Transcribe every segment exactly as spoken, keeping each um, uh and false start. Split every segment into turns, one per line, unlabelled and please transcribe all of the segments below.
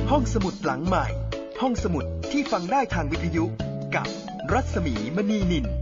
ห้องสมุดหลังใหม่ห้องสมุดที่ฟังได้ทางวิทยุกับรัศมีมณีนิน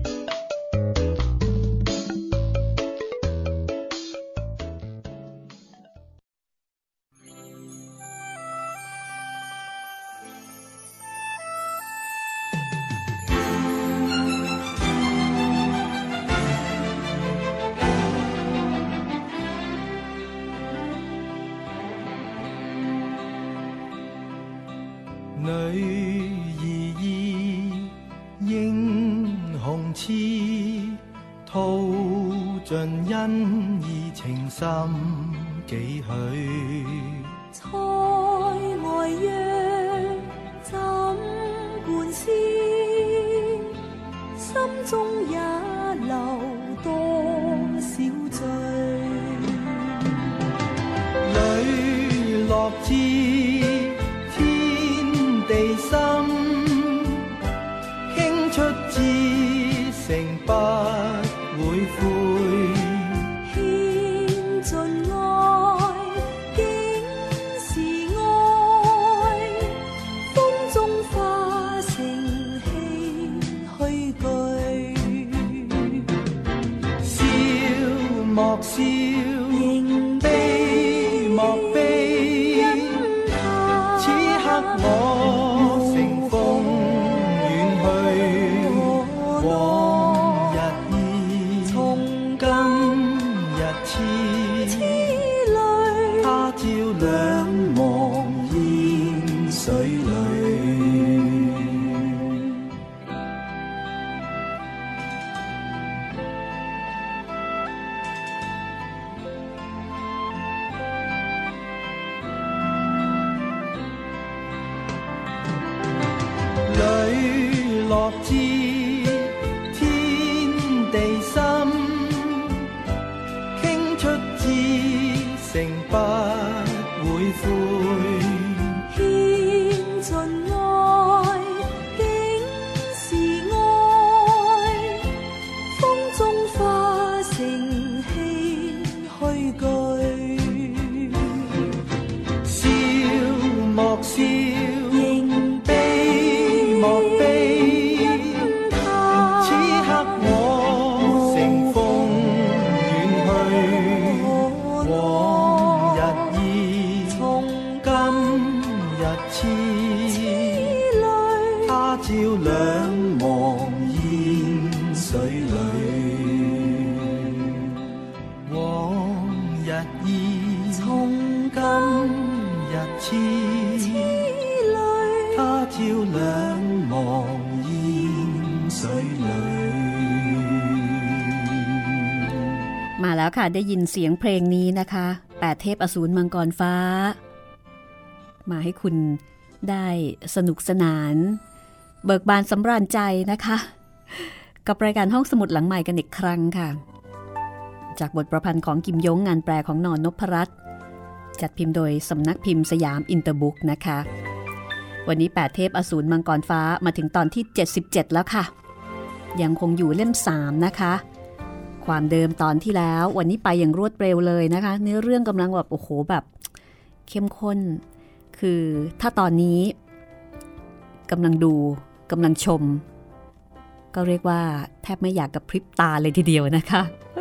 ได้ยินเสียงเพลงนี้นะคะแปดเทพอสูรมังกรฟ้ามาให้คุณได้สนุกสนานเบิกบานสำราญใจนะคะกับรายการห้องสมุดหลังใหม่กันอีกครั้งค่ะจากบทประพันธ์ของกิมยงงานแปลของนนพรัตน์จัดพิมพ์โดยสำนักพิมพ์สยามอินเตอร์บุ๊กนะคะวันนี้แปดเทพอสูรมังกรฟ้ามาถึงตอนที่เจ็ดสิบเจ็ดแล้วค่ะยังคงอยู่เล่มสามนะคะความเดิมตอนที่แล้ววันนี้ไปอย่างรวดเร็วเลยนะคะเนื้อเรื่องกำลังแบบโอ้โหแบบเข้มข้นคือถ้าตอนนี้กำลังดูกำลังชมก็เรียกว่าแทบไม่อยากกระพริบตาเลยทีเดียวนะคะ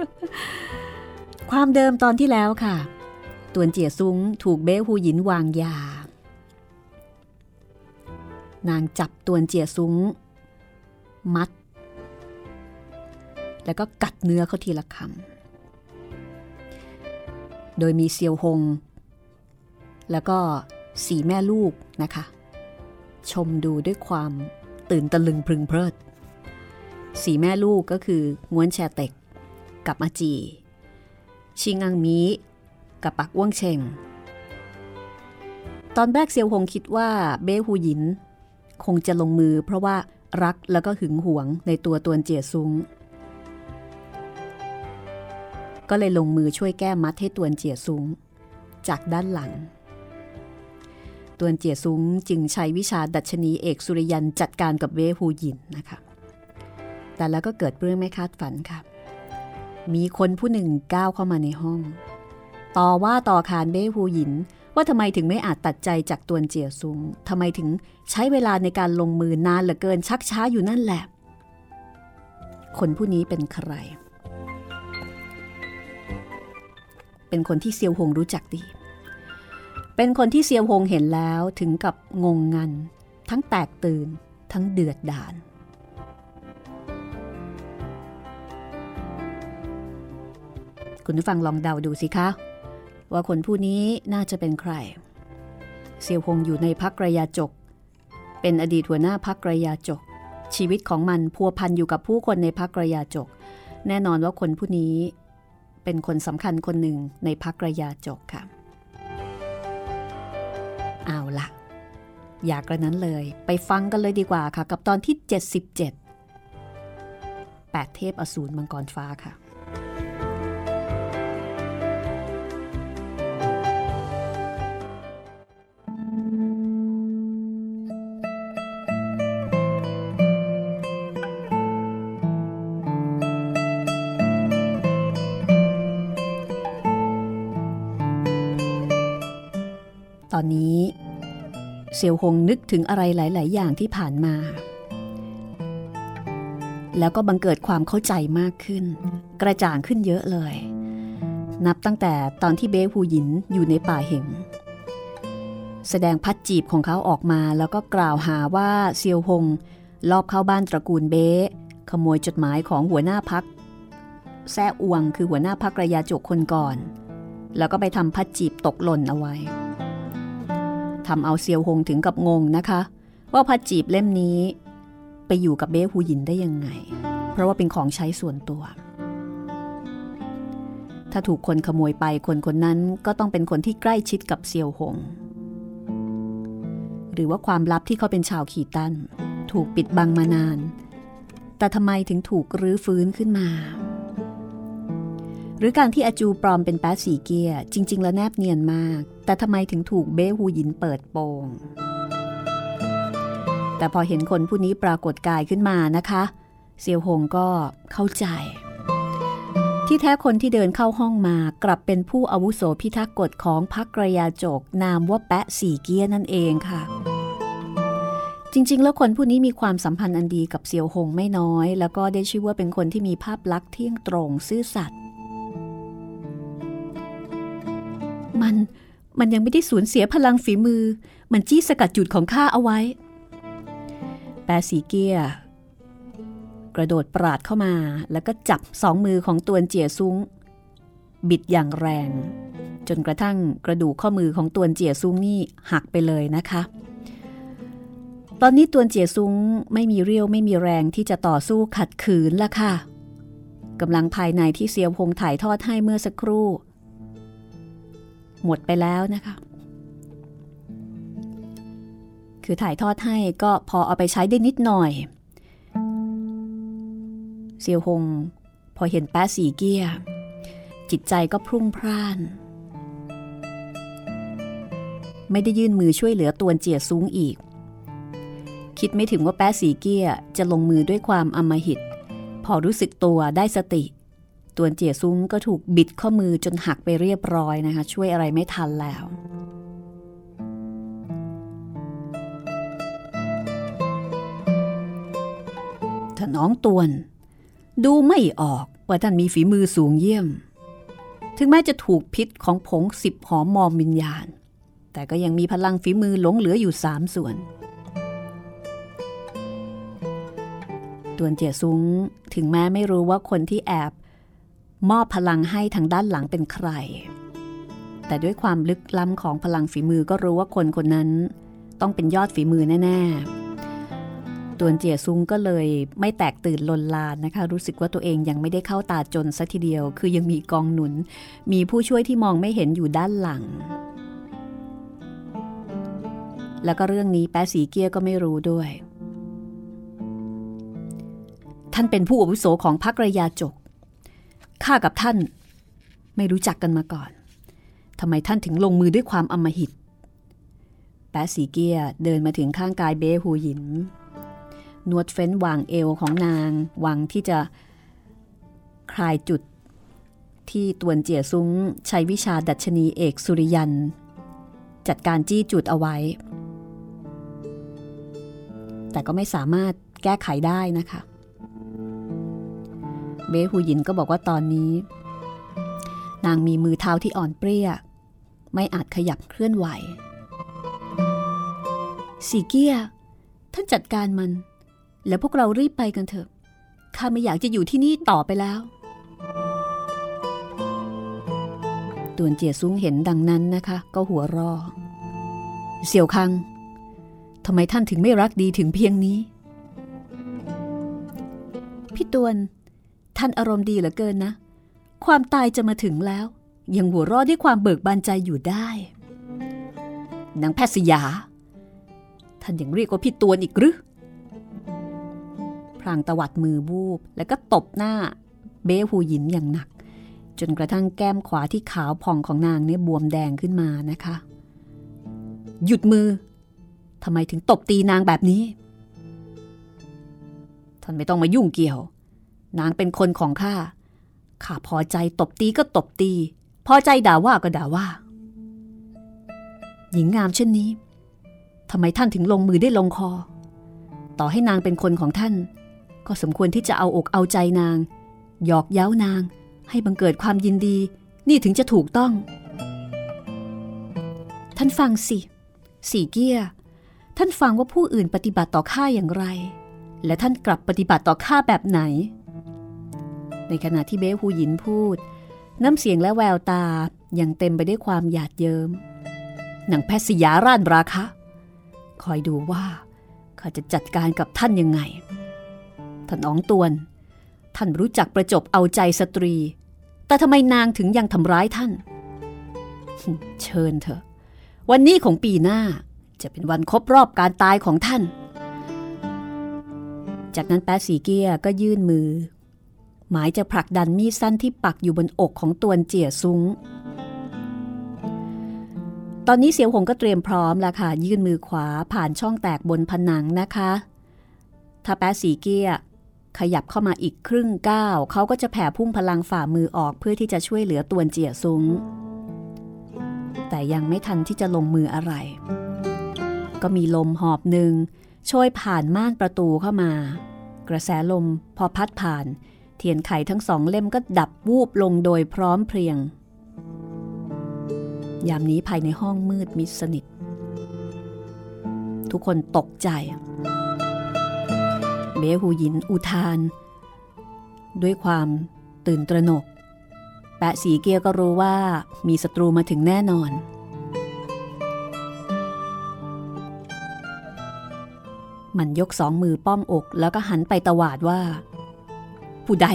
ความเดิมตอนที่แล้วค่ะตวนเจี๋ยซุ้งถูกเบ้ฮูหยินวางยานางจับตวนเจี๋ยซุ้งมัดแล้วก็กัดเนื้อเขาทีละคำโดยมีเซียวฮงแล้วก็สี่แม่ลูกนะคะชมดูด้วยความตื่นตะลึงพรึงเพลิดสี่แม่ลูกก็คือง้วนแชเต็กกับอาจีชิงอังมีกับปักอ้วงเชงตอนแรกเซียวฮงคิดว่าเบ้ฮูหยินคงจะลงมือเพราะว่ารักแล้วก็หึงหวงในตัวตวนเจี๋ยซุ้งก็เลยลงมือช่วยแก้มัดให้ตวนเจี๋ยซุ้งจากด้านหลังตวนเจี๋ยซุ้งจึงใช้วิชาดัชนีเอกสุริยันจัดการกับเบ้ฮูหยินนะคะแต่แล้วก็เกิดเรื่องไม่คาดฝันค่ะมีคนผู้หนึ่งก้าวเข้ามาในห้องต่อว่าต่อขานเบ้ฮูหยินว่าทำไมถึงไม่อาจตัดใจจากตวนเจียซุงทำไมถึงใช้เวลาในการลงมือนานเหลือเกินชักช้าอยู่นั่นแหละคนผู้นี้เป็นใครเป็นคนที่เซียวหงรู้จักดีเป็นคนที่เซียวหงเห็นแล้วถึงกับงงงันทั้งแตกตื่นทั้งเดือดดาลคุณผู้ฟังลองเดาดูสิคะว่าคนผู้นี้น่าจะเป็นใครเซียวหงอยู่ในพรรคกระยาจกเป็นอดีตหัวหน้าพรรคกระยาจกชีวิตของมันพัวพันอยู่กับผู้คนในพรรคกระยาจกแน่นอนว่าคนผู้นี้เป็นคนสำคัญคนหนึ่งในพรรคกระยาจกค่ะเอาล่ะอย่ากระนั้นเลยไปฟังกันเลยดีกว่าค่ะกับตอนที่เจ็ดสิบเจ็ดแปดเทพอสูรมังกรฟ้าค่ะตอนนี้เซียวหงนึกถึงอะไรหลายๆอย่างที่ผ่านมาแล้วก็บังเกิดความเข้าใจมากขึ้นกระจ่างขึ้นเยอะเลยนับตั้งแต่ตอนที่เบ้ฮูหยินอยู่ในป่าเหงแสดงพัดจีบของเขาออกมาแล้วก็กล่าวหาว่าเซียวหงลอบเข้าบ้านตระกูลเบ้ขโมยจดหมายของหัวหน้าพรรคแซ่อวงคือหัวหน้าพรรคระยาจกคนก่อนแล้วก็ไปทำพัดจีบตกหล่นเอาไว้ทำเอาเซียวหงถึงกับงงนะคะว่าพัดจีบเล่มนี้ไปอยู่กับเบ้ฮูหยินได้ยังไงเพราะว่าเป็นของใช้ส่วนตัวถ้าถูกคนขโมยไปคนคนนั้นก็ต้องเป็นคนที่ใกล้ชิดกับเซียวหงหรือว่าความลับที่เขาเป็นชาวขีตันถูกปิดบังมานานแต่ทำไมถึงถูกรื้อฟื้นขึ้นมาหรือการที่อาจูปลอมเป็นแป๊ะสีเกียจริงๆแล้วแนบเนียนมากแต่ทำไมถึงถูกเบ้ฮูหยินเปิดโปงแต่พอเห็นคนผู้นี้ปรากฏกายขึ้นมานะคะเซียวหงก็เข้าใจที่แท้คนที่เดินเข้าห้องมากลับเป็นผู้อาวุโสพิทักษ์กฎของพรรคกระยาจกนามว่าแป๊ะสีเกียนั่นเองค่ะจริงๆแล้วคนผู้นี้มีความสัมพันธ์อันดีกับเซียวหงไม่น้อยแล้วก็ได้ชื่อว่าเป็นคนที่มีภาพลักษณ์เที่ยงตรงซื่อสัตย์มันมันยังไม่ได้สูญเสียพลังฝีมือมันจี้สกัดจุดของข้าเอาไว้แปะสีเกียกระโดดปราดเข้ามาแล้วก็จับสองมือของตวนเจี๋ยซุงบิดอย่างแรงจนกระทั่งกระดูกข้อมือของตวนเจี๋ยซุงนี่หักไปเลยนะคะตอนนี้ตวนเจี๋ยซุงไม่มีเรี่ยวไม่มีแรงที่จะต่อสู้ขัดขืนละค่ะกำลังภายในที่เซียวหงถ่ายทอดให้เมื่อสักครู่หมดไปแล้วนะคะคือถ่ายทอดให้ก็พอเอาไปใช้ได้นิดหน่อยเซียวหงพอเห็นแป๊ะสีเกี้ยจิตใจก็พรุ่งพร่านไม่ได้ยื่นมือช่วยเหลือตวนเจี๋ยซุงอีกคิดไม่ถึงว่าแป๊ะสีเกี้ยจะลงมือด้วยความอำมหิตพอรู้สึกตัวได้สติตวนเจี๋ยซุงก็ถูกบิดข้อมือจนหักไปเรียบร้อยนะคะช่วยอะไรไม่ทันแล้วถ้าน้องตวนดูไม่ออกว่าท่านมีฝีมือสูงเยี่ยมถึงแม้จะถูกพิษของผงสิบหอมมอมวิญญาณแต่ก็ยังมีพลังฝีมือหลงเหลืออยู่สามส่วนตวนเจี๋ยซุงถึงแม้ไม่รู้ว่าคนที่แอบมอบพลังให้ทางด้านหลังเป็นใครแต่ด้วยความลึกล้ำของพลังฝีมือก็รู้ว่าคนคนนั้นต้องเป็นยอดฝีมือแน่ๆตวนเจี๋ยซุงก็เลยไม่แตกตื่นลนลานนะคะรู้สึกว่าตัวเองยังไม่ได้เข้าตาจนซะทีเดียวคือยังมีกองหนุนมีผู้ช่วยที่มองไม่เห็นอยู่ด้านหลังแล้วก็เรื่องนี้แป๊ะสีเกี้ยก็ไม่รู้ด้วยท่านเป็นผู้อาวุโสของพรรคระยาจกข้ากับท่านไม่รู้จักกันมาก่อนทำไมท่านถึงลงมือด้วยความอำมหิตแป๊ะสีเกี้ยเดินมาถึงข้างกายเบ้ฮูหยินนวดเฟ้นวางเอวของนางหวังที่จะคลายจุดที่ตวนเจี๋ยซุงใช้วิชาดัชนีเอกสุริยันจัดการจี้จุดเอาไว้แต่ก็ไม่สามารถแก้ไขได้นะคะเบหูหยินก็บอกว่าตอนนี้นางมีมือเท้าที่อ่อนเปรี้ยไม่อาจขยับเคลื่อนไหวสีเกี้ยท่านจัดการมันแล้วพวกเรารีบไปกันเถอะข้าไม่อยากจะอยู่ที่นี่ต่อไปแล้วตวนเจียซุ้งเห็นดังนั้นนะคะก็หัวเราะเสี่ยวคังทำไมท่านถึงไม่รักดีถึงเพียงนี้พี่ตวนท่านอารมณ์ดีเหลือเกินนะความตายจะมาถึงแล้วยังหัวเราะด้วยความเบิกบานใจอยู่ได้นางแพทย์สยาท่านยังเรียกว่าพี่ตวนอีกหรือพลางตวัดมือบูบแล้วก็ตบหน้าเบ้หูหยินอย่างหนักจนกระทั่งแก้มขวาที่ขาวผ่องของนางเนี่ยบวมแดงขึ้นมานะคะหยุดมือทำไมถึงตบตีนางแบบนี้ท่านไม่ต้องมายุ่งเกี่ยวนางเป็นคนของข้าข้าพอใจตบตีก็ตบตีพอใจด่าว่าก็ด่าว่าหญิงงามเช่นนี้ทำไมท่านถึงลงมือได้ลงคอต่อให้นางเป็นคนของท่านก็สมควรที่จะเอาอกเอาใจนางหยอกเย้านางให้บังเกิดความยินดีนี่ถึงจะถูกต้องท่านฟังสิสีเกี้ยท่านฟังว่าผู้อื่นปฏิบัติต่อข้าอย่างไรและท่านกลับปฏิบัติต่อข้าแบบไหนในขณะที่เบ้ฮูหยินพูดน้ำเสียงและแววตายังเต็มไปด้วยความหยาดเยิ้มนางแพทย์สยาร่านราคะคอยดูว่าข้าจะจัดการกับท่านยังไงท่านอ๋องตวนท่านรู้จักประจบเอาใจสตรีแต่ทำไมนางถึงยังทำร้ายท่านเชิญเถอะวันนี้ของปีหน้าจะเป็นวันครบรอบการตายของท่านจากนั้นแป๊ะสีเกี้ยก็ยื่นมือหมายจะผลักดันมีดสั้นที่ปักอยู่บนอกของตวนเจี๋ยซุ้งตอนนี้เสี่ยวหงก็เตรียมพร้อมแล้วค่ะยื่นมือขวาผ่านช่องแตกบนผนังนะคะถ้าแป๊ะสีเกี้ยขยับเข้ามาอีกครึ่งก้าวเขาก็จะแผ่พุ่งพลังฝ่ามือออกเพื่อที่จะช่วยเหลือตวนเจี๋ยซุ้งแต่ยังไม่ทันที่จะลงมืออะไรก็มีลมหอบหนึ่งโชยผ่านม่านประตูเข้ามากระแสลมพอพัดผ่านเทียนไขทั้งสองเล่มก็ดับวูบลงโดยพร้อมเพรียงยามนี้ภายในห้องมืดมิดสนิททุกคนตกใจเบ้หูหยินอุทานด้วยความตื่นตระหนกแปะสีเกียก็รู้ว่ามีศัตรูมาถึงแน่นอนมันยกสองมือป้อมอกแล้วก็หันไปตวาดว่าผู้ใด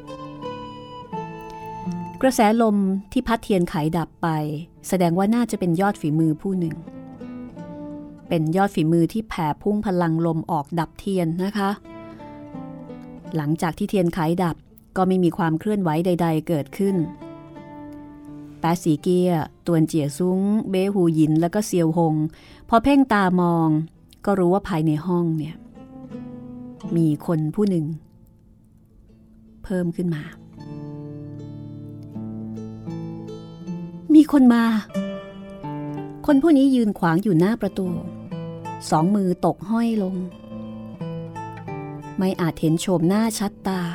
กระแสลมที่พัดเทียนไขดับไปแสดงว่าน่าจะเป็นยอดฝีมือผู้หนึ่งเป็นยอดฝีมือที่แผ่พุ่งพลังลมออกดับเทียนนะคะหลังจากที่เทียนไขดับก็ไม่มีความเคลื่อนไหวใดๆเกิดขึ้นแป๊ะสีเกียตวนเจี๋ยซุ้งเบ้หูหยินแล้วก็เซียวหงพอเพ่งตามองก็รู้ว่าภายในห้องเนี่ยมีคนผู้หนึ่งเพิ่มขึ้นมามีคนมาคนผู้นี้ยืนขวางอยู่หน้าประตูสองมือตกห้อยลงไม่อาจเห็นโฉมหน้าชัดตา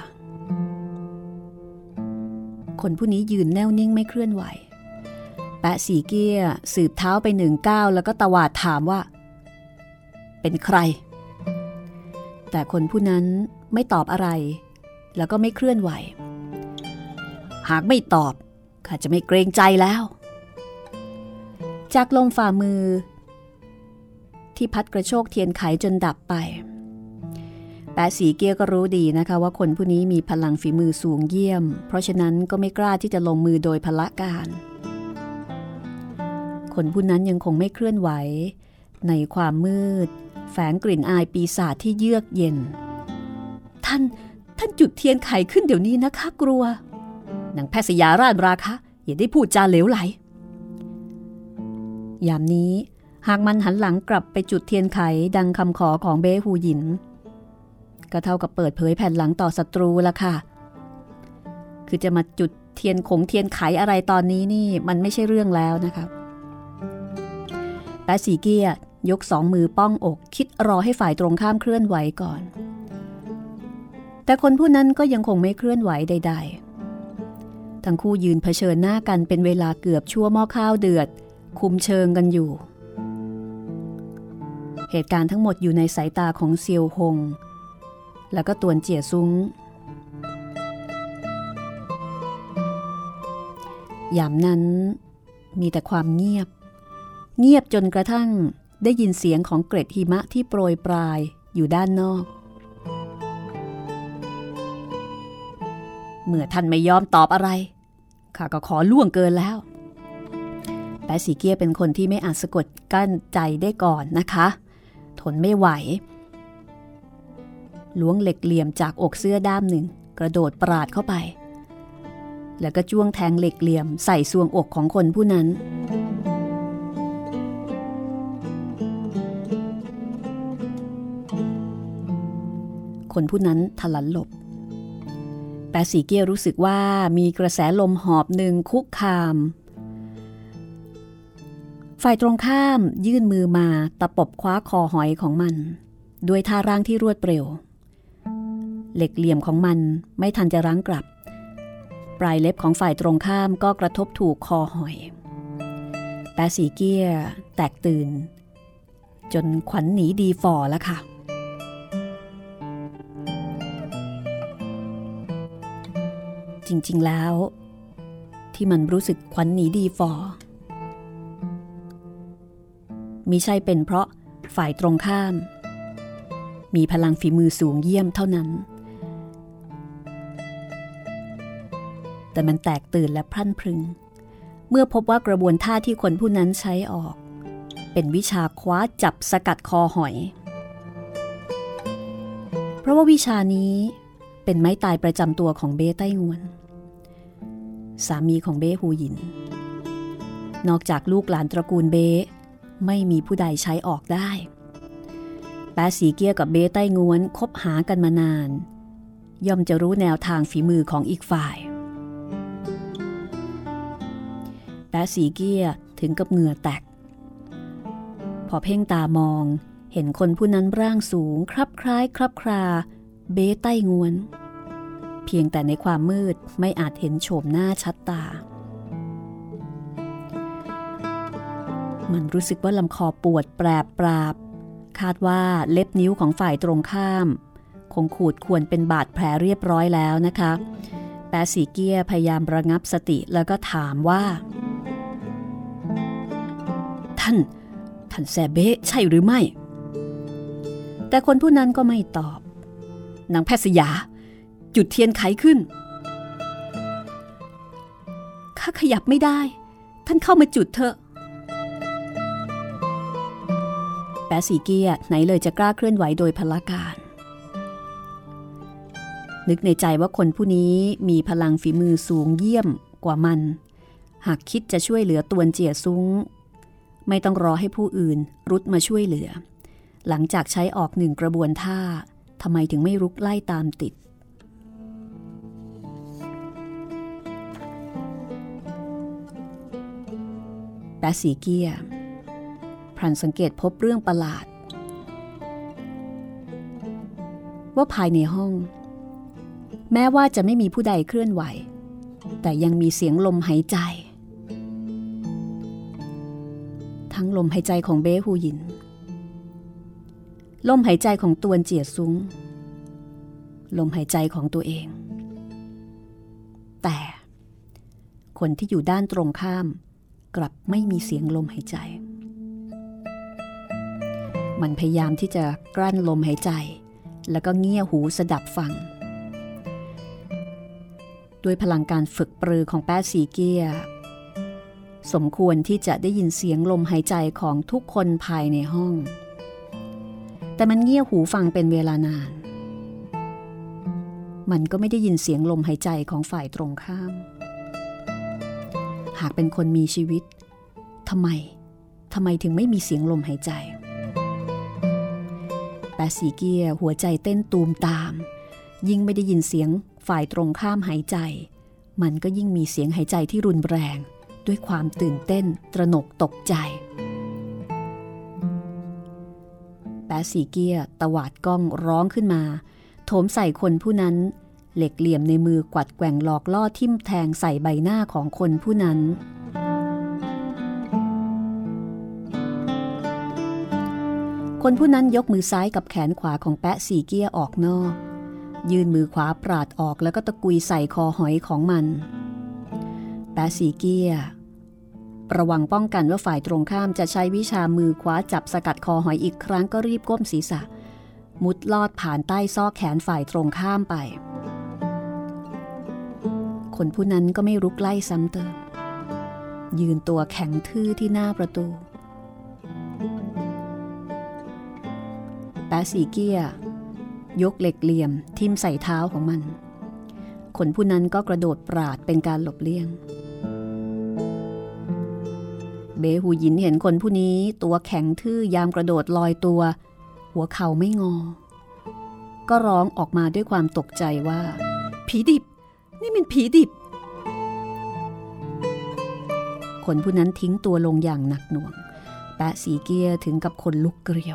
คนผู้นี้ยืนแน่วนิ่งไม่เคลื่อนไหวแปะสีเกี้ยสืบเท้าไปหนึ่งก้าวแล้วก็ตวาดถามว่าเป็นใครแต่คนผู้นั้นไม่ตอบอะไรแล้วก็ไม่เคลื่อนไหวหากไม่ตอบข้าจะไม่เกรงใจแล้วจากลมฝ่ามือที่พัดกระโชกเทียนไขจนดับไปแปะสีเกี้ยก็รู้ดีนะคะว่าคนผู้นี้มีพลังฝีมือสูงเยี่ยมเพราะฉะนั้นก็ไม่กล้าที่จะลงมือโดยพละการคนผู้นั้นยังคงไม่เคลื่อนไหวในความมืดแฝงกลิ่นอายปีศาจที่เยือกเย็นท่านท่านจุดเทียนไขขึ้นเดี๋ยวนี้นะคะกลัวนางแพทย์สยาร่านราคะอย่าได้พูดจาเหลวไหลยามนี้หากมันหันหลังกลับไปจุดเทียนไขดังคำขอของเบ้ฮูหยินก็เท่ากับเปิดเผยแผ่นหลังต่อศัตรูละค่ะคือจะมาจุดเทียนขงเทียนไขอะไรตอนนี้นี่มันไม่ใช่เรื่องแล้วนะคะแปะสีเกียยกสองมือป้องอกคิดรอให้ฝ่ายตรงข้ามเคลื่อนไหวก่อนแต่คนผู้นั้นก็ยังคงไม่เคลื่อนไหวใดๆทั้งคู่ยืนเผชิญหน้ากันเป็นเวลาเกือบชั่วหม้อข้าวเดือดคุมเชิงกันอยู่เหตุการณ์ทั้งหมดอยู่ในสายตาของเซียวหงแล้วก็ตวนเจี๋ยซุ้งยามนั้นมีแต่ความเงียบเงียบจนกระทั่งได้ยินเสียงของเกล็ดหิมะที่โปรยปลายอยู่ด้านนอกเมื่อท่านไม่ยอมตอบอะไรข้าก็ขอล่วงเกินแล้วแปะสีเกียเป็นคนที่ไม่อาจสะกดกั้นใจได้ก่อนนะคะทนไม่ไหวล้วงเหล็กเหลี่ยมจากอกเสื้อด้ามหนึ่งกระโดดปราดเข้าไปแล้วก็จ้วงแทงเหล็กเหลี่ยมใส่ซวงอกของคนผู้นั้นคนผู้นั้นถลันหลบแปะสีเกียรู้สึกว่ามีกระแสลมหอบหนึ่งคุกคามฝ่ายตรงข้ามยื่นมือมาตะปบคว้าคอหอยของมันด้วยท่าร่างที่รวดเร็วเหล็กเหลี่ยมของมันไม่ทันจะรั้งกลับปลายเล็บของฝ่ายตรงข้ามก็กระทบถูกคอหอยแปะสีเกียแตกตื่นจนขวัญหนีดีฝ่อแล้วค่ะจริงๆแล้วที่มันรู้สึกขวัญหนีดีฝ่อมิใช่เป็นเพราะฝ่ายตรงข้ามมีพลังฝีมือสูงเยี่ยมเท่านั้นแต่มันแตกตื่นและพรั่นพรึงเมื่อพบว่ากระบวนท่าที่คนผู้นั้นใช้ออกเป็นวิชาคว้าจับสกัดคอหอยเพราะว่าวิชานี้เป็นไม้ตายประจำตัวของเบ้ไต้งวนสามีของเบ้ฮูหยินนอกจากลูกหลานตระกูลเบ้ไม่มีผู้ใดใช้ออกได้แปะสีเกียกับเบ้ไต้งวนคบหากันมานานย่อมจะรู้แนวทางฝีมือของอีกฝ่ายแปะสีเกียถึงกับเหงื่อแตกพอเพ่งตามองเห็นคนผู้นั้นร่างสูงคลับคล้ายคลับคลาเบ้ไต้งวนเพียงแต่ในความมืดไม่อาจเห็นโฉมหน้าชัดตามันรู้สึกว่าลำคอปวดแปรปราบคาดว่าเล็บนิ้วของฝ่ายตรงข้ามคงขูดข่วนเป็นบาดแผลเรียบร้อยแล้วนะคะแปะสีเกียพยายามระงับสติแล้วก็ถามว่าท่านท่านแซเบ้ใช่หรือไม่แต่คนผู้นั้นก็ไม่ตอบนางแพทย์สยาจุดเทียนไขขึ้นข้าขยับไม่ได้ท่านเข้ามาจุดเถอะแปะสีเกียไหนเลยจะกล้าเคลื่อนไหวโดยพละการนึกในใจว่าคนผู้นี้มีพลังฝีมือสูงเยี่ยมกว่ามันหากคิดจะช่วยเหลือตวนเจี๋ยซุ้งไม่ต้องรอให้ผู้อื่นรุดมาช่วยเหลือหลังจากใช้ออกหนึ่งกระบวนท่าทำไมถึงไม่รุกไล่ตามติดแปะสีเกียพลันสังเกตพบเรื่องประหลาดว่าภายในห้องแม้ว่าจะไม่มีผู้ใดเคลื่อนไหวแต่ยังมีเสียงลมหายใจทั้งลมหายใจของเบ้ฮูหยินลมหายใจของตวนเจี๋ยซุ้งลมหายใจของตัวเองแต่คนที่อยู่ด้านตรงข้ามกลับไม่มีเสียงลมหายใจมันพยายามที่จะกลั้นลมหายใจแล้วก็เงี่ยหูสดับฟังด้วยพลังการฝึกปรือของแปะสีเกียสมควรที่จะได้ยินเสียงลมหายใจของทุกคนภายในห้องแต่มันเงี่ยหูฟังเป็นเวลานานมันก็ไม่ได้ยินเสียงลมหายใจของฝ่ายตรงข้ามหากเป็นคนมีชีวิตทำไมทำไมถึงไม่มีเสียงลมหายใจแปะสีเกียหัวใจเต้นตูมตามยิ่งไม่ได้ยินเสียงฝ่ายตรงข้ามหายใจมันก็ยิ่งมีเสียงหายใจที่รุนแรงด้วยความตื่นเต้นตระหนกตกใจะสีเกี้ยตวาดก้องร้องขึ้นมาโถมใส่คนผู้นั้นเหล็กเหลี่ยมในมือกวัดแกว่งหลอกล่อทิ่มแทงใส่ใบหน้าของคนผู้นั้นคนผู้นั้นยกมือซ้ายกับแขนขวาของแปะสีเกี้ยออกนอกยืนมือขวาปราดออกแล้วก็ตะกุยใส่คอหอยของมันแปะสีเกี้ยระวังป้องกันว่าฝ่ายตรงข้ามจะใช้วิชามือขวาจับสกัดคอหอยอีกครั้งก็รีบก้มศีรษะมุดลอดผ่านใต้ซอกแขนฝ่ายตรงข้ามไปคนผู้นั้นก็ไม่รุกไล่ซ้ำเติมยืนตัวแข็งทื่อที่หน้าประตูแปะสีเกี้ยยกเหล็กเหลี่ยมทิ่มใส่เท้าของมันคนผู้นั้นก็กระโดดปราดเป็นการหลบเลี่ยงเบหูหยินเห็นคนผู้นี้ตัวแข็งทื่อยามกระโดดลอยตัวหัวเข่าไม่งอก็ร้องออกมาด้วยความตกใจว่าผีดิบนี่มันผีดิบคนผู้นั้นทิ้งตัวลงอย่างหนักหน่วงแปะสีเกี้ยถึงกับคนลุกเกลียว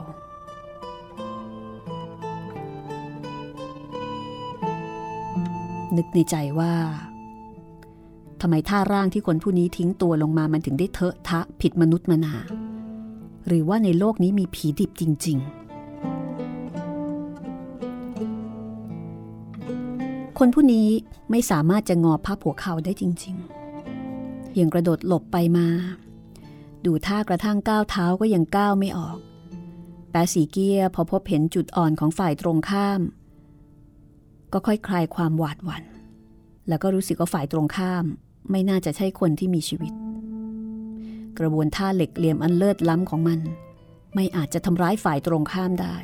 นึกในใจว่าทำไมท่าร่างที่คนผู้นี้ทิ้งตัวลงมามันถึงได้เทอะทะผิดมนุษย์มนาหรือว่าในโลกนี้มีผีดิบจริงๆคนผู้นี้ไม่สามารถจะงอผ้าหัวเข่าได้จริงๆเพียงกระโดดหลบไปมาดูท่ากระทั่งก้าวเท้าก็ยังก้าวไม่ออกแปะสีเกี้ยพอพบเห็นจุดอ่อนของฝ่ายตรงข้ามก็ค่อยคลายความหวาดหวั่นแล้วก็รู้สึกว่าฝ่ายตรงข้ามไม่น่าจะใช่คนที่มีชีวิตกระบวนท่าเหล็กเหลี่ยมอันเลิศล้ำของมันไม่อาจจะทำร้ายฝ่ายตรงข้ามได้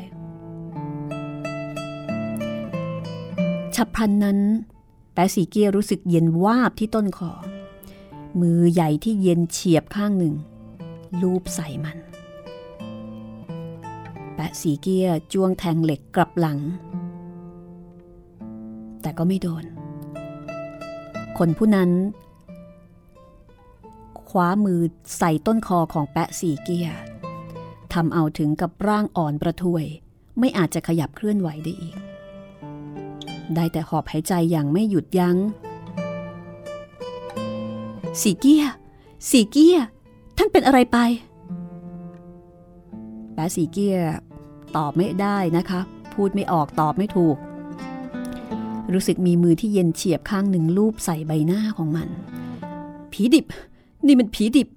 ฉับพลันนั้นแปะสีเกี้ยรู้สึกเย็นวาบที่ต้นคอมือใหญ่ที่เย็นเฉียบข้างหนึ่งลูบใส่มันแปะสีเกี้ยจ้วงแทงเหล็กกลับหลังแต่ก็ไม่โดนคนผู้นั้นคว้ามือใส่ต้นคอของแปะสีเกี้ยทำเอาถึงกับร่างอ่อนประทวยไม่อาจจะขยับเคลื่อนไหวได้อีกได้แต่หอบหายใจอย่างไม่หยุดยั้งสีเกี้ยสีเกี้ยท่านเป็นอะไรไปแปะสีเกี้ยตอบไม่ได้นะคะพูดไม่ออกตอบไม่ถูกรู้สึกมีมือที่เย็นเฉียบข้างหนึ่งลูบใส่ใบหน้าของมันผีดิบนี่มันผีดิบ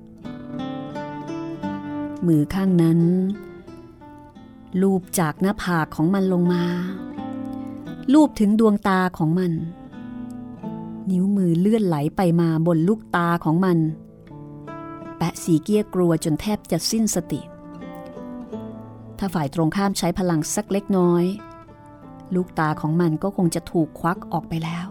มือข้างนั้นลูบจากหน้าผากของมันลงมาลูบถึงดวงตาของมันนิ้วมือเลื่อนไหลไปมาบนลูกตาของมันแปะสีเกี้ยกลัวจนแทบจะสิ้นสติถ้าฝ่ายตรงข้ามใช้พลังสักเล็กน้อยลูกตาของมันก็คงจะถูกควักออกไปแล้ว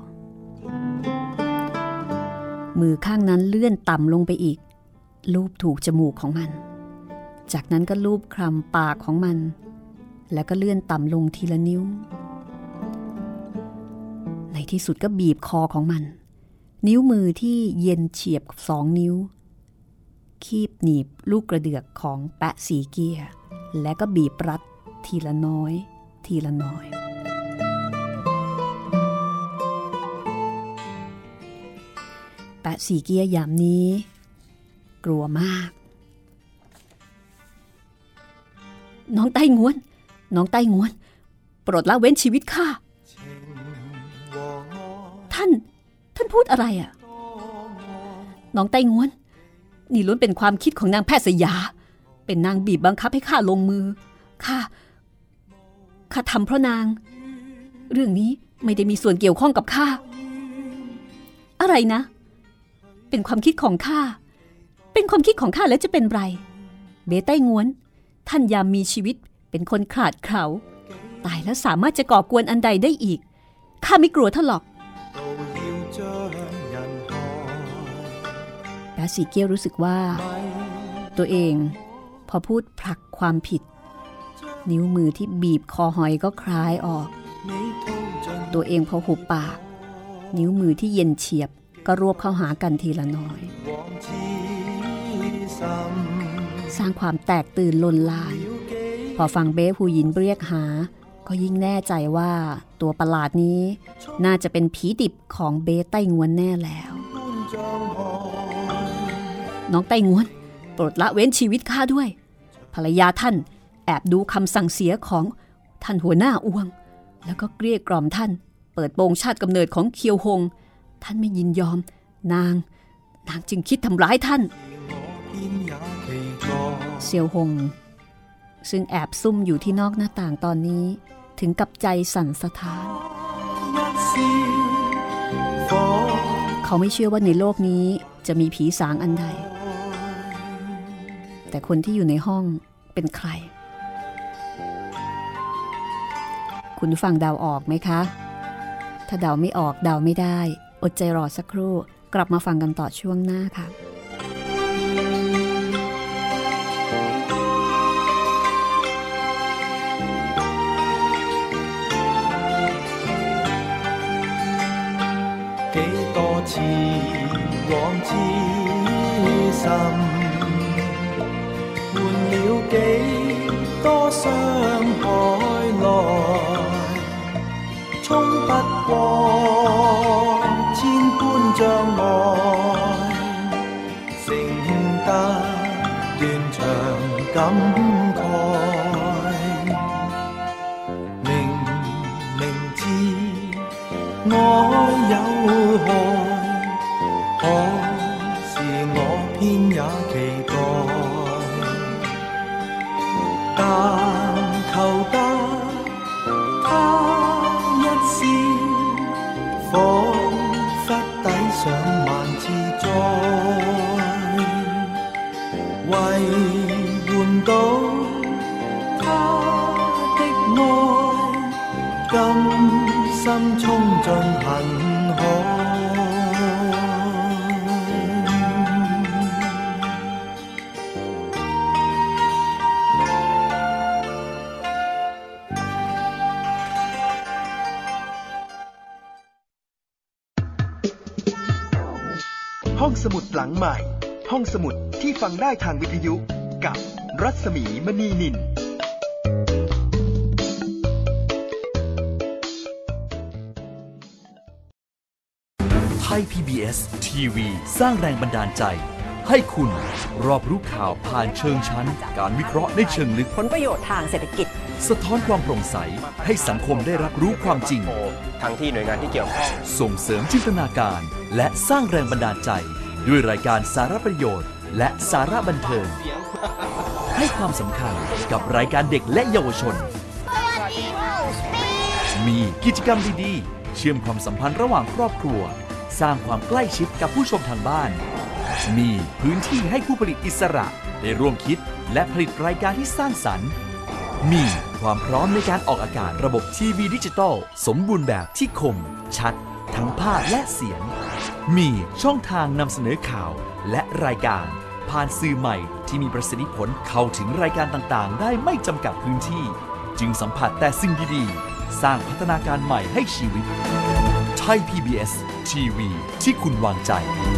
มือข้างนั้นเลื่อนต่ำลงไปอีกลูบถูกจมูกของมันจากนั้นก็ลูบคลำปากของมันแล้วก็เลื่อนต่ำลงทีละนิ้วในที่สุดก็บีบคอของมันนิ้วมือที่เย็นเฉียบสองนิ้วคีบหนีบลูกกระเดือกของแปะสีเกี้ยและก็บีบรัดทีละน้อยทีละน้อยแปะสีเกี้ยยามนี้กลัวมากน้องไต้งวนน้องไต้งวนโปรดละเว้นชีวิตข้าท่านท่านพูดอะไรอ่ะน้องไต้งวนนี่ล้วนเป็นความคิดของนางแพทย์สยาเป็นนางบีบบังคับให้ข้าลงมือข้าข้าทำเพราะนางเรื่องนี้ไม่ได้มีส่วนเกี่ยวข้องกับข้าอะไรนะเป็นความคิดของข้าเป็นความคิดของข้าแล้วจะเป็นไรเบไต้งวนท่านยามมีชีวิตเป็นคนขาดเข่าตายแล้วสามารถจะก่อกวนอันใดได้อีกข้าไม่กลัวท่านหรอกแปะสีเกี้ยวรู้สึกว่าตัวเองพอพูดผลักความผิดนิ้วมือที่บีบคอหอยก็คลายออกตัวเองพอหุบปากนิ้วมือที่เย็นเฉียบก็รวบเข้าหากันทีละน้อยสร้างความแตกตื่นลนลานพอฟังเบ้หูหยินเรียกหาก็ยิ่งแน่ใจว่าตัวประหลาดนี้น่าจะเป็นผีดิบของเบ้ไต้งวนแน่แล้วน้องไต้งวนโปรดละเว้นชีวิตข้าด้วยภรรยาท่านแอบดูคำสั่งเสียของท่านหัวหน้าอวงแล้วก็เกลี้ยกล่อมท่านเปิดโปงชาติกำเนิดของเคียวหงท่านไม่ยินยอมนางนางจึงคิดทำร้ายท่านเซียวหงซึ่งแอบซุ่มอยู่ที่นอกหน้าต่างตอนนี้ถึงกับใจสั่นสะท้านเขาไม่เชื่อว่าในโลกนี้จะมีผีสางอันใดแต่คนที่อยู่ในห้องเป็นใครคุณฟังเดาออกไหมคะถ้าเดาไม่ออกเดาไม่ได้อดใจรอสักครู่กลับมาฟังกันต่อช่วงหน้าค่ะ
幾多次往之心，換了幾多傷害來，衝不過千般障礙，剩得斷腸感慨。明明知愛有害，可是我偏也期待，但求得他一笑，彷彿抵上萬次災，為換到他的愛，甘心衝進恨海。
ห้องสมุดหลังใหม่ห้องสมุดที่ฟังได้ทางวิทยุกับรัศมีมณีนิน
ไทย พี บี เอส ที วี สร้างแรงบันดาลใจให้คุณรอบรู้ข่าวผ่านเชิงชั้นการวิเคราะห์ในเชิงลึก
ผลประโยชน์ทางเศรษฐกิจ
สะท้อนความโปร่งใสให้สังคมได้รับรู้ความจริง
ทั้งที่หน่วยงานที่เกี่ยวข้อง
ส่งเสริมจินตนาการและสร้างแรงบันดาลใจด้วยรายการสาระประโยชน์และสาระบันเทิงให้ความสำคัญกับรายการเด็กและเยาวชนมีกิจกรรมดีๆเชื่อมความสัมพันธ์ระหว่างครอบครัวสร้างความใกล้ชิดกับผู้ชมทางบ้านมีพื้นที่ให้ผู้ผลิตอิสระได้ร่วมคิดและผลิตรายการที่สร้างสรรค์มีความพร้อมในการออกอากาศระบบทีวีดิจิตอลสมบูรณ์แบบที่คมชัดทั้งภาพและเสียงมีช่องทางนำเสนอข่าวและรายการผ่านสื่อใหม่ที่มีประสิทธิผลเข้าถึงรายการต่างๆได้ไม่จำกัดพื้นที่จึงสัมผัสแต่สิ่งดีๆสร้างพัฒนาการใหม่ให้ชีวิตไทย พี บี เอส ที วี ที่คุณวางใจ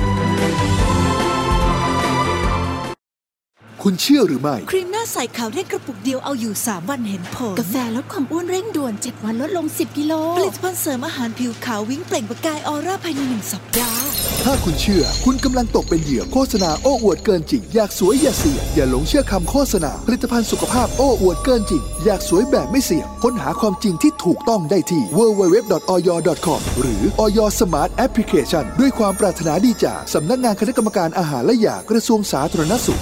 คุณเชื่อหรือไม่
ครีมหน้าใสขาวเร่งกระปุกเดียวเอาอยู่สามวันเห็นผลกาแฟลดความอ้วนเร่งด่วนเจ็ดวันลดลงสิบกิโลผลิตภัณฑ์เสริมอาหารผิวขาววิ่งเปล่งประกายออร่าภายในหนึ่งสัปดาห์
ถ้าคุณเชื่อคุณกำลังตกเป็นเหยื่อโฆษณาโอ้อวดเกินจริงอยากสวยอย่าเสี่ยงอย่าหลงเชื่อคำโฆษณาผลิตภัณฑ์สุขภาพโอ้อวดเกินจริงอยากสวยแบบไม่เสี่ยงค้นหาความจริงที่ถูกต้องได้ที่ ดับเบิลยู ดับเบิลยู ดับเบิลยู ดอท ออย ดอท คอม หรือ อย Smart Application ด้วยความปรารถนาดีจากสำนักงานคณะกรรมการอาหารและยากระทรวงสาธารณสุข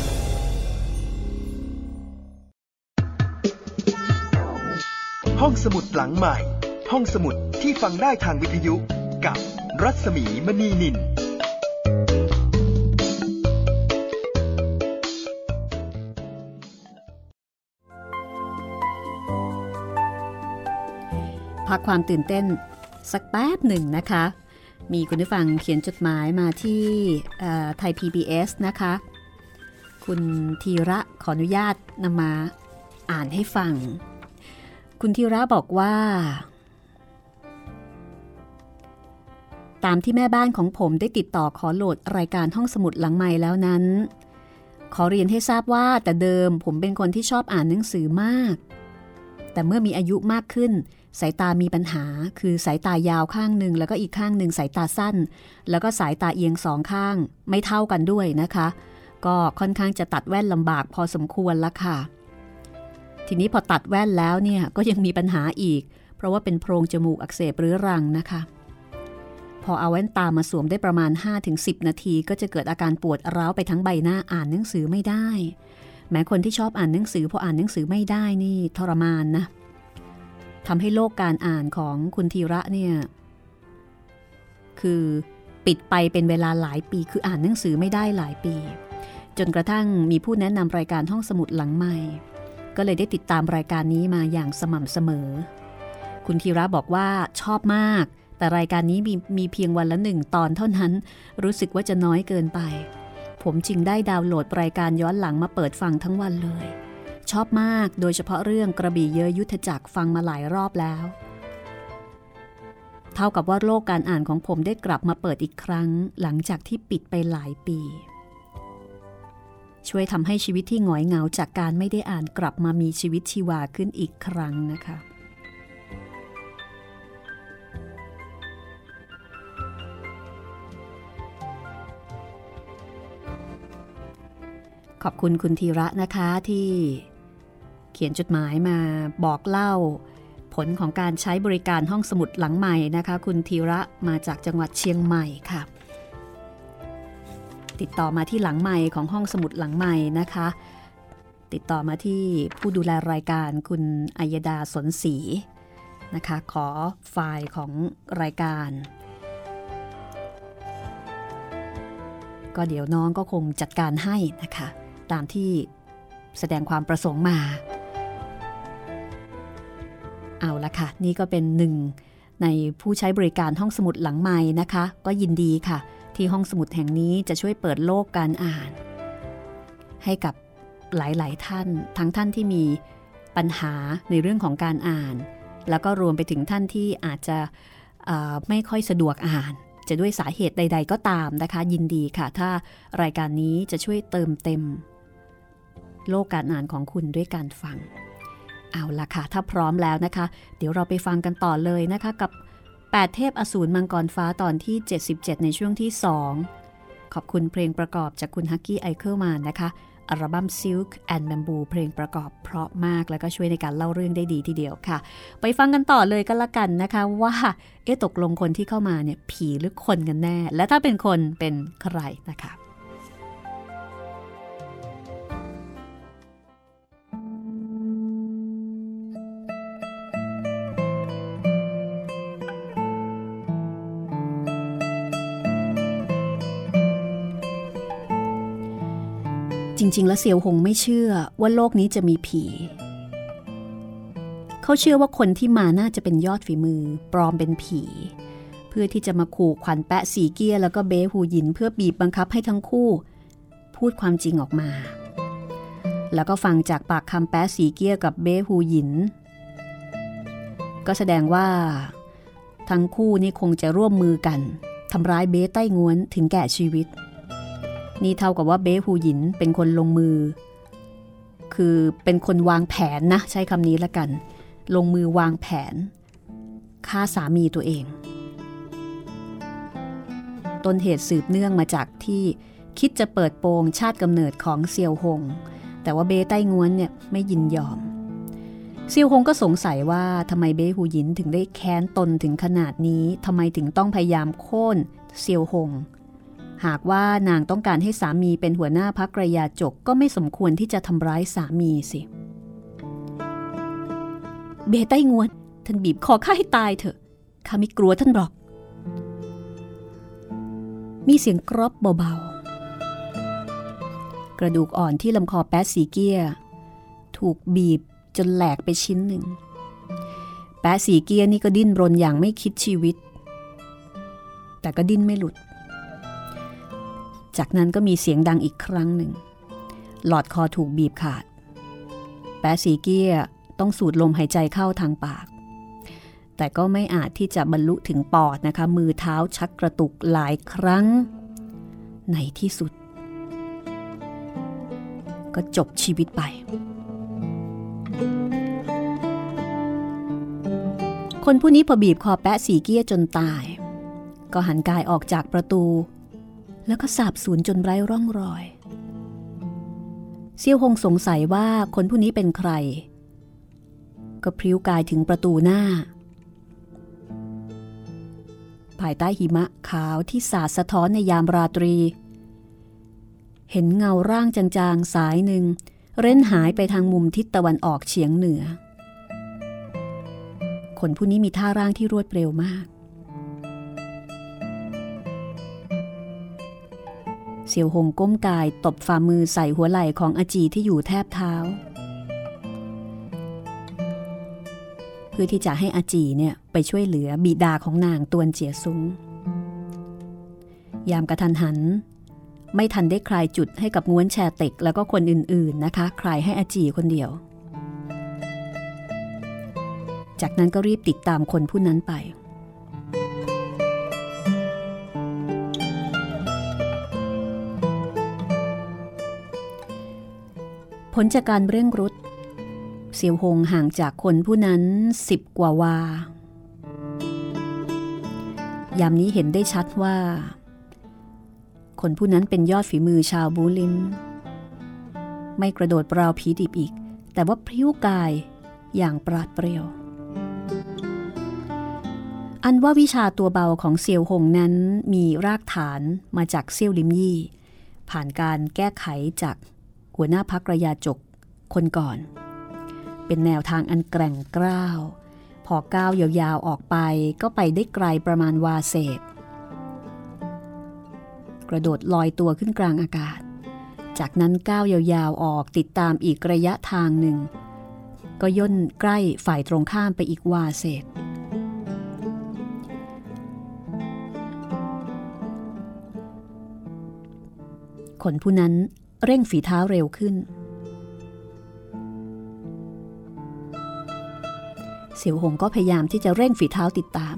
ห้องสมุดหลังใหม่ห้องสมุดที่ฟังได้ทางวิทยุกับรัศมีมณีนิน
พักความตื่นเต้นสักแป๊บหนึ่งนะคะมีคุณผู้ฟังเขียนจดหมายมาที่ไทย พี บี เอส นะคะคุณธีระขออนุญาตนำมาอ่านให้ฟังคุณธีระบอกว่าตามที่แม่บ้านของผมได้ติดต่อขอโหลดรายการห้องสมุดหลังใหม่แล้วนั้นขอเรียนให้ทราบว่าแต่เดิมผมเป็นคนที่ชอบอ่านหนังสือมากแต่เมื่อมีอายุมากขึ้นสายตามีปัญหาคือสายตายาวข้างหนึ่งแล้วก็อีกข้างหนึ่งสายตาสั้นแล้วก็สายตาเอียงสองข้างไม่เท่ากันด้วยนะคะก็ค่อนข้างจะตัดแว่นลำบากพอสมควรละค่ะทีนี้พอตัดแว่นแล้วเนี่ยก็ยังมีปัญหาอีกเพราะว่าเป็นโพรงจมูกอักเสบเรื้อรังนะคะพอเอาแว่นตามาสวมได้ประมาณ ห้าถึงสิบ นาทีก็จะเกิดอาการปวดร้าวไปทั้งใบหน้าอ่านหนังสือไม่ได้แม้คนที่ชอบอ่านหนังสือพออ่านหนังสือไม่ได้นี่ทรมานนะทำให้โลกการอ่านของคุณธีระเนี่ยคือปิดไปเป็นเวลาหลายปีคืออ่านหนังสือไม่ได้หลายปีจนกระทั่งมีผู้แนะนำรายการห้องสมุดหลังใหม่ก็เลยได้ติดตามรายการนี้มาอย่างสม่ำเสมอคุณธีระบอกว่าชอบมากแต่รายการนี้มีมีเพียงวันละหนึ่งตอนเท่านั้นรู้สึกว่าจะน้อยเกินไปผมจึงได้ดาวน์โหลดรายการย้อนหลังมาเปิดฟังทั้งวันเลยชอบมากโดยเฉพาะเรื่องกระบี่เยอยุทธจักรฟังมาหลายรอบแล้วเท่ากับว่าโลกการอ่านของผมได้กลับมาเปิดอีกครั้งหลังจากที่ปิดไปหลายปีช่วยทำให้ชีวิตที่หงอยเหงาจากการไม่ได้อ่านกลับมามีชีวิตชีวาขึ้นอีกครั้งนะคะขอบคุณคุณธีระนะคะที่เขียนจดหมายมาบอกเล่าผลของการใช้บริการห้องสมุดหลังใหม่นะคะคุณธีระมาจากจังหวัดเชียงใหม่ค่ะติดต่อมาที่หลังใหม่ของห้องสมุดหลังใหม่นะคะติดต่อมาที่ผู้ดูแลรายการคุณอัยดาสนศรีนะคะขอไฟล์ของรายการก็เดี๋ยวน้องก็คงจัดการให้นะคะตามที่แสดงความประสงค์มาเอาละค่ะนี่ก็เป็นหนึ่งในผู้ใช้บริการห้องสมุดหลังใหม่นะคะก็ยินดีค่ะที่ห้องสมุดแห่งนี้จะช่วยเปิดโลกการอ่านให้กับหลายๆท่านทั้งท่านที่มีปัญหาในเรื่องของการอ่านแล้วก็รวมไปถึงท่านที่อาจจะไม่ค่อยสะดวกอ่านจะด้วยสาเหตุใดๆก็ตามนะคะยินดีค่ะถ้ารายการนี้จะช่วยเติมเต็มโลกการอ่านของคุณด้วยการฟังเอาล่ะค่ะถ้าพร้อมแล้วนะคะเดี๋ยวเราไปฟังกันต่อเลยนะคะกับแปดเทพอสูรมังกรฟ้าตอนที่เจ็ดสิบเจ็ดในช่วงที่สองขอบคุณเพลงประกอบจากคุณฮักกี้ไอเคิลมานนะคะอัลบั้ม Silk and Bamboo เพลงประกอบเพราะมากแล้วก็ช่วยในการเล่าเรื่องได้ดีทีเดียวค่ะไปฟังกันต่อเลยก็แล้วกันนะคะว่าเอ๊ะตกลงคนที่เข้ามาเนี่ยผีหรือคนกันแน่และถ้าเป็นคนเป็นใครนะคะจริงๆแล้วเซียวหงไม่เชื่อว่าโลกนี้จะมีผีเขาเชื่อว่าคนที่มาน่าจะเป็นยอดฝีมือปลอมเป็นผีเพื่อที่จะมาขู่ขวัญแปะสีเกี้ยแล้วก็เบ้หูหยินเพื่อบีบบังคับให้ทั้งคู่พูดความจริงออกมาแล้วก็ฟังจากปากคำแปะสีเกี้ยกับเบ้หูหยินก็แสดงว่าทั้งคู่นี่คงจะร่วมมือกันทำร้ายเบ้ไต้ง้วนถึงแก่ชีวิตนี่เท่ากับว่าเบ้ฮูหยินเป็นคนลงมือคือเป็นคนวางแผนนะใช้คำนี้ละกันลงมือวางแผนฆ่าสามีตัวเองต้นเหตุสืบเนื่องมาจากที่คิดจะเปิดโปงชาติกำเนิดของเซียวหงแต่ว่าเบ้ไต้ง้วนเนี่ยไม่ยินยอมเซียวหงก็สงสัยว่าทำไมเบ้ฮูหยินถึงได้แค้นตนถึงขนาดนี้ทำไมถึงต้องพยายามโค่นเซียวหงหากว่านางต้องการให้สามีเป็นหัวหน้าพรรคกระยาจกก็ไม่สมควรที่จะทำร้ายสามีสิเบไต้ง้วนท่านบีบคอข้าให้ตายเถอะข้าไม่กลัวท่านหรอกมีเสียงกรอบเบาๆกระดูกอ่อนที่ลำคอแป๊ะสีเกี้ยถูกบีบจนแหลกไปชิ้นหนึ่งแป๊ะสีเกี้ยนี่ก็ดิ้นรนอย่างไม่คิดชีวิตแต่ก็ดิ้นไม่หลุดจากนั้นก็มีเสียงดังอีกครั้งหนึ่งหลอดคอถูกบีบขาดแป๊ะสีเกี้ยต้องสูดลมหายใจเข้าทางปากแต่ก็ไม่อาจที่จะบรรลุถึงปอดนะคะมือเท้าชักกระตุกหลายครั้งในที่สุดก็จบชีวิตไปคนผู้นี้พอบีบคอแปะสีเกี้ยจนตายก็หันกายออกจากประตูแล้วก็สาบสูญจนไร้ร่องรอยเซี่ยวฮงสงสัยว่าคนผู้นี้เป็นใครก็พริ้วกายถึงประตูหน้าภายใต้หิมะขาวที่สาดสะท้อนในยามราตรีเห็นเงาร่างจางๆสายหนึ่งเร้นหายไปทางมุมทิศตะวันออกเฉียงเหนือคนผู้นี้มีท่าร่างที่รวดเร็วมากเสี่ยวหงก้มกายตบฝ่ามือใส่หัวไหล่ของอาจีที่อยู่แทบเท้าเพื่อที่จะให้อาจีเนี่ยไปช่วยเหลือบิดาของนางตวนเจียซุงยามกระทันหันไม่ทันได้คลายจุดให้กับง้วนแชเต็กแล้วก็คนอื่นๆนะคะคลายให้อาจีคนเดียวจากนั้นก็รีบติดตามคนผู้นั้นไปผลจากการเร่งรุดเสี่ยวหงห่างจากคนผู้นั้นสิบกว่าวายามนี้เห็นได้ชัดว่าคนผู้นั้นเป็นยอดฝีมือชาวบูลิมไม่กระโดดปราวผีดิบอีกแต่ว่าพริ้วกายอย่างปราดเปรียวอันว่าวิชาตัวเบาของเสี่ยวหงนั้นมีรากฐานมาจากเซี่ยวลิมยี่ผ่านการแก้ไขจากหัวหน้าพรรคระยาจกคนก่อนเป็นแนวทางอันแกร่งกร้าวพอก้าวยาวๆออกไปก็ไปได้ไกลประมาณวาเศษกระโดดลอยตัวขึ้นกลางอากาศจากนั้นก้าวยาวๆออกติดตามอีกระยะทางหนึ่งก็ย่นใกล้ฝ่ายตรงข้ามไปอีกวาเศษคนผู้นั้นเร่งฝีเท้าเร็วขึ้นเสี่ยวหงก็พยายามที่จะเร่งฝีเท้าติดตาม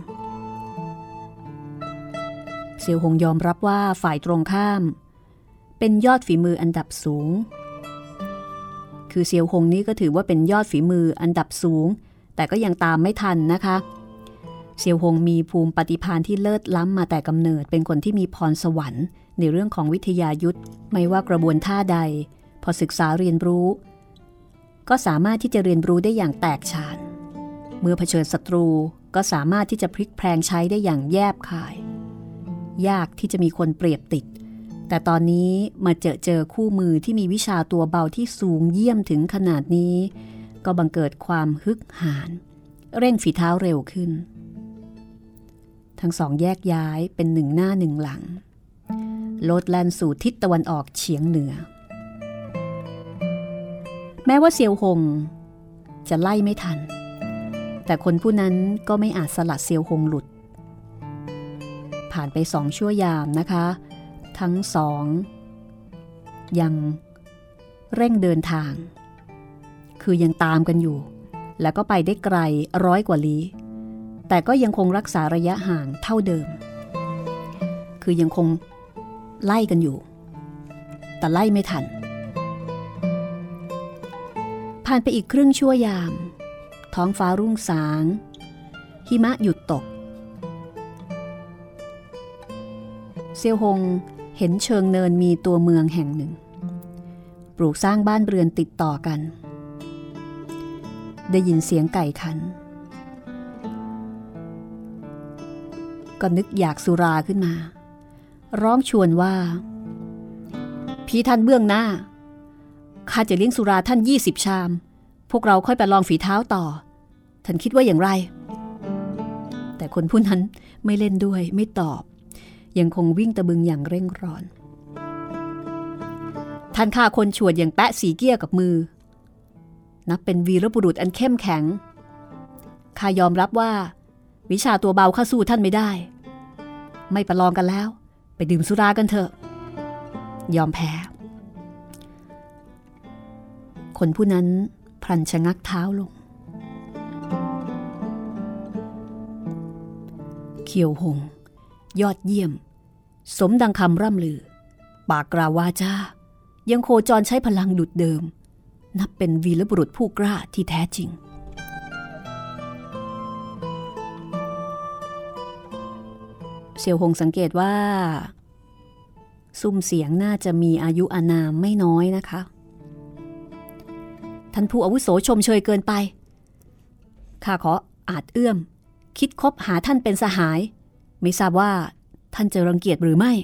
เสี่ยวหงยอมรับว่าฝ่ายตรงข้ามเป็นยอดฝีมืออันดับสูงคือเสี่ยวหงนี้ก็ถือว่าเป็นยอดฝีมืออันดับสูงแต่ก็ยังตามไม่ทันนะคะเสี่ยวหงมีภูมิปฏิภาณที่เลิศล้ำมาแต่กำเนิดเป็นคนที่มีพรสวรรค์ในเรื่องของวิทยายุทธไม่ว่ากระบวนท่าใดพอศึกษาเรียนรู้ก็สามารถที่จะเรียนรู้ได้อย่างแตกฉานเมื่อเผชิญศัตรูก็สามารถที่จะพลิกแพลงใช้ได้อย่างแยบคายยากที่จะมีคนเปรียบติดแต่ตอนนี้มาเจอเจอคู่มือที่มีวิชาตัวเบาที่สูงเยี่ยมถึงขนาดนี้ก็บังเกิดความฮึกหาญเร่งฝีเท้าเร็วขึ้นทั้งสองแยกย้ายเป็นหนึ่งหน้าหนึ่งหลังโลดแล่นสู่ทิศตะวันออกเฉียงเหนือแม้ว่าเสี่ยวหงจะไล่ไม่ทันแต่คนผู้นั้นก็ไม่อาจสลัดเสี่ยวหงหลุดผ่านไปสองชั่วยามนะคะทั้งสองยังเร่งเดินทางคือยังตามกันอยู่แล้วก็ไปได้ไกลร้อยกว่าลี้แต่ก็ยังคงรักษาระยะห่างเท่าเดิมคือยังคงไล่กันอยู่แต่ไล่ไม่ทันผ่านไปอีกครึ่งชั่วยามท้องฟ้ารุ่งสางหิมะหยุดตกเซี่ยวหงเห็นเชิงเนินมีตัวเมืองแห่งหนึ่งปลูกสร้างบ้านเรือนติดต่อกันได้ยินเสียงไก่ขันก็นึกอยากสุราขึ้นมาร้องชวนว่าพี่ท่านเบื้องหน้าข้าจะเลี้ยงสุราท่านยี่สิบชามพวกเราค่อยไปลองฝีเท้าต่อท่านคิดว่าอย่างไรแต่คนผู้นั้นไม่เล่นด้วยไม่ตอบยังคงวิ่งตะบึงอย่างเร่งร้อนท่านฆ่าคนฉวดอย่างแปะสีเกี้ยกับมือนับเป็นวีรบุรุษอันเข้มแข็งข้ายอมรับว่าวิชาตัวเบาข้าสู้ท่านไม่ได้ไม่ประลองกันแล้วไปดื่มสุรากันเถอะยอมแพ้คนผู้นั้นพลันชะงักเท้าลงเขียวหงยอดเยี่ยมสมดังคำร่ำลือปากกล่าววาจายังโคจรใช้พลังดุจเดิมนับเป็นวีรบุรุษผู้กล้าที่แท้จริงเสี่ยวหงสังเกตว่าซุ้มเสียงน่าจะมีอายุอานามไม่น้อยนะคะท่านผู้อาวุโสชมเชยเกินไปข้าขออาจเอื้อมคิดคบหาท่านเป็นสหายไม่ทราบว่าท่านจะรังเกียจหรือไม่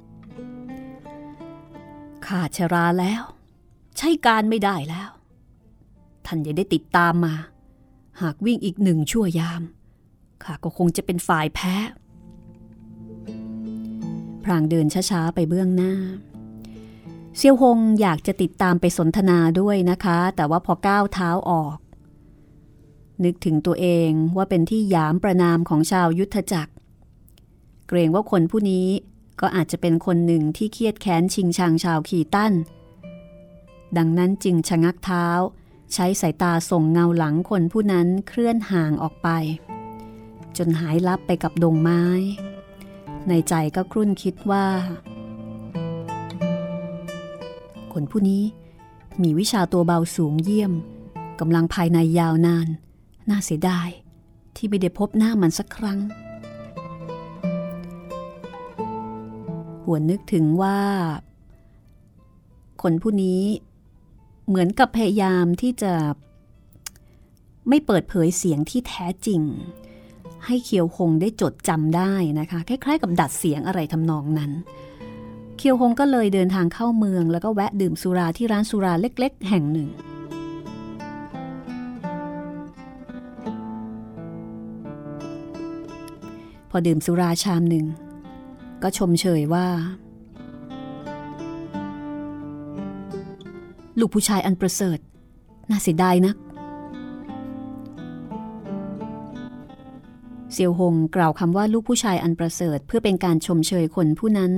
ข้าชราแล้วใช้การไม่ได้แล้วท่านอย่าได้ติดตามมาหากวิ่งอีกหนึ่งชั่วยามข้าก็คงจะเป็นฝ่ายแพ้พรางเดินช้าๆไปเบื้องหน้าเซียวหงอยากจะติดตามไปสนทนาด้วยนะคะแต่ว่าพอก้าวเท้าออกนึกถึงตัวเองว่าเป็นที่หยามประณามของชาวยุทธจักรเกรงว่าคนผู้นี้ก็อาจจะเป็นคนหนึ่งที่เครียดแค้นชิงชังชาวขีตั้นดังนั้นจึงชะงักเท้าใช้สายตาส่งเงาหลังคนผู้นั้นเคลื่อนห่างออกไปจนหายลับไปกับดงไม้ในใจก็ครุ่นคิดว่าคนผู้นี้มีวิชาตัวเบาสูงเยี่ยมกำลังภายในยาวนานน่าเสียดายที่ไม่ได้พบหน้ามันสักครั้งหวนนึกถึงว่าคนผู้นี้เหมือนกับพยายามที่จะไม่เปิดเผยเสียงที่แท้จริงให้เคียวหงได้จดจำได้นะคะคล้ายๆกับดัดเสียงอะไรทำนองนั้นเคียวหงก็เลยเดินทางเข้าเมืองแล้วก็แวะดื่มสุราที่ร้านสุราเล็กๆแห่งหนึ่งพอดื่มสุราชามหนึ่งก็ชมเชยว่าลูกผู้ชายอันประเสริฐน่าเสียดายนักเซียวหงกล่าวคำว่าลูกผู้ชายอันประเสริฐเพื่อเป็นการชมเชยคนผู้นั้น